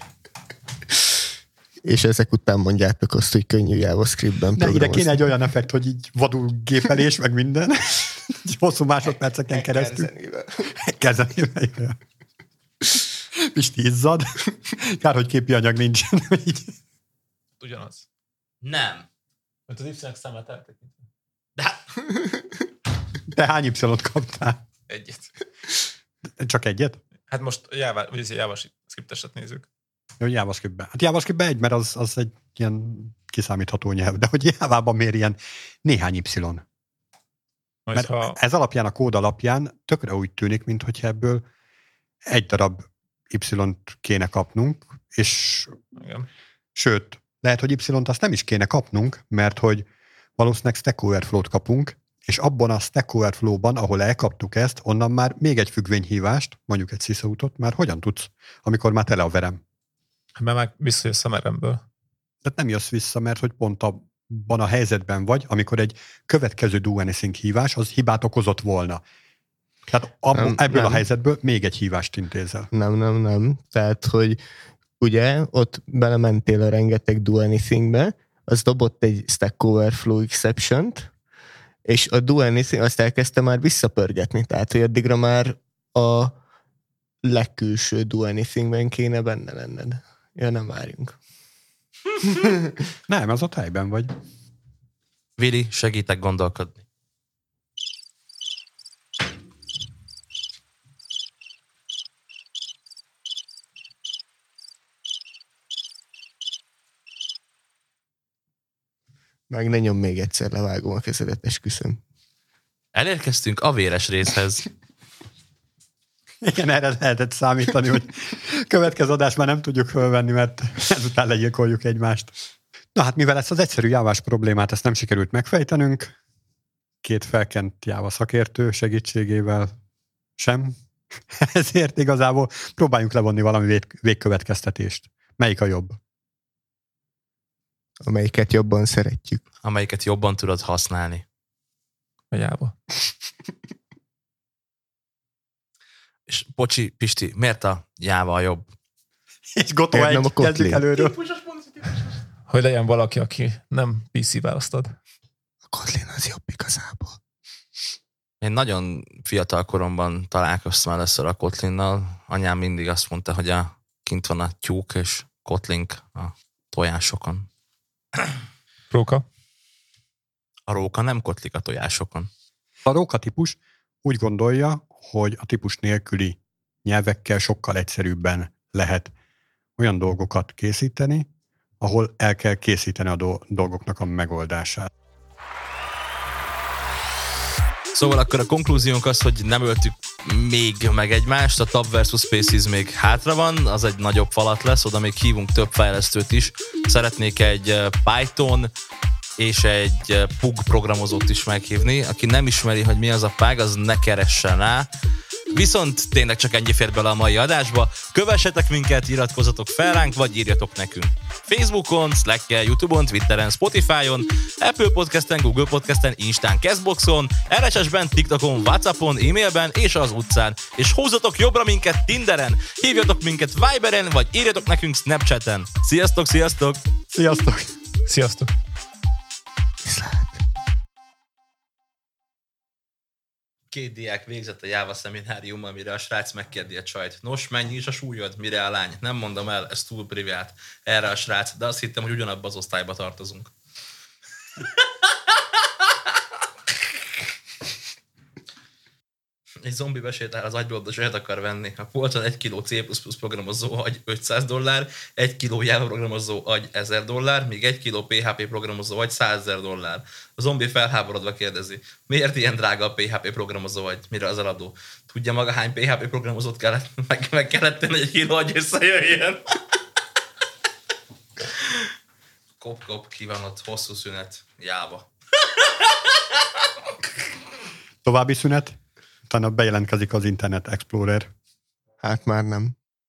És ezek után mondjátok azt, hogy könnyű JavaScript-ben De ide programozni. kéne egy olyan effekt, hogy így vadul gépelés, meg minden. Hosszú másodperceken keresztül. Kezelével. Pisti izzad. Kár, hogy képi anyag nincsen. Ugyanaz. Nem. Mert az Y-nek számát eltekintve. De Te hány Y-ot kaptál? Egyet. Csak egyet? Hát most JavaScript-eset nézzük. Jó, JavaScript-ben. Hát JavaScript-ben egy, mert az egy ilyen kiszámítható nyelv, de hogy Java-ban miért ilyen néhány Y? Mert ez alapján, a kód alapján tökre úgy tűnik, mintha ebből egy darab Y-t kéne kapnunk, és igen. Sőt, lehet, hogy Y-t azt nem is kéne kapnunk, mert hogy valószínűleg Stack Overflow-t kapunk, és abban a Stack Overflow-ban, ahol elkaptuk ezt, onnan már még egy függvényhívást, mondjuk egy sysadmin-ot, már hogyan tudsz, amikor már tele a verem? Mert már visszajössz a meremből. Tehát nem jössz vissza, mert hogy pont abban a helyzetben vagy, amikor egy következő do anything hívás, az hibát okozott volna. Tehát ebből a helyzetből még egy hívást intézel. Nem. Tehát, hogy ugye ott belementél a rengeteg do anythingbe, az dobott egy Stack Overflow exception-t, és a do anything azt elkezdte már visszapörgetni. Tehát, hogy addigra már a legkülső do anythingben kéne benne lenned. Ja, nem várjunk. Nem, az ott helyben vagy. Vili, segítek gondolkodni. Meg ne nyom még egyszer, levágom a kezedet, esküszöm. Elérkeztünk a véres részhez. Igen, erre lehetett számítani, hogy következő adást már nem tudjuk fölvenni, mert ezután legyilkoljuk egymást. Na hát, mivel ezt az egyszerű jávás problémát ezt nem sikerült megfejtenünk, két felkent Java szakértő segítségével sem, ezért igazából próbáljunk levonni valami végkövetkeztetést. Melyik a jobb? Amelyiket jobban szeretjük. Amelyiket jobban tudod használni. A Java. És bocsi, Pisti, miért a Java a jobb? És Gotó egy, kezdjük előről. Hogy legyen valaki, aki nem PC választod. A Kotlin az jobb igazából. Én nagyon fiatal koromban találkoztam először a Kotlinnal. Anyám mindig azt mondta, hogy kint van a tyúk és Kotlink a tojásokon. Róka? A róka nem kotlik a tojásokon. A róka típus úgy gondolja, hogy a típus nélküli nyelvekkel sokkal egyszerűbben lehet olyan dolgokat készíteni, ahol el kell készíteni a dolgoknak a megoldását. Szóval akkor a konklúziónk az, hogy nem öltük még meg egymást, a Tab versus Spaces még hátra van, az egy nagyobb falat lesz, oda még hívunk több fejlesztőt is. Szeretnék egy Python és egy Pug programozót is meghívni. Aki nem ismeri, hogy mi az a Pug, az ne keressen rá. Viszont tényleg csak ennyi fér bele a mai adásba. Kövessetek minket, iratkozzatok fel ránk, vagy írjatok nekünk. Facebookon, Slacken, YouTube-on, Twitteren, Spotify-on, Apple Podcasten, Google Podcasten, Instán, Castboxon, RSS-ben, TikTokon, Whatsappon, e-mailben és az utcán. És húzzatok jobbra minket Tinderen, hívjatok minket Viberen, vagy írjatok nekünk Snapchaten. Sziasztok, sziasztok! Sziasztok! Sziasztok! Viszlát! Két diák végzett a Java szeminárium, amire a srác megkérdi a csajt. Nos, mennyi is a súlyod? Mire a lány? Nem mondom el, ez túl privált. Erre a srác, de azt hittem, hogy ugyanabba az osztályba tartozunk. Egy zombi besétál az agyból, de saját akar venni. A polcon 1 kg C++ programozó agy $500, 1 kg Java programozó agy $1000, míg 1 kg PHP programozó agy $100,000. A zombi felháborodva kérdezi, miért ilyen drága a PHP programozó agy? Mire az eladó? Tudja maga hány PHP programozót kellett, meg kellett tenni, hogy 1 kg agy összejöjjön? Kop, ki van ott, hosszú szünet, Java. További szünet, utána bejelentkezik az Internet Explorer. Hát már nem.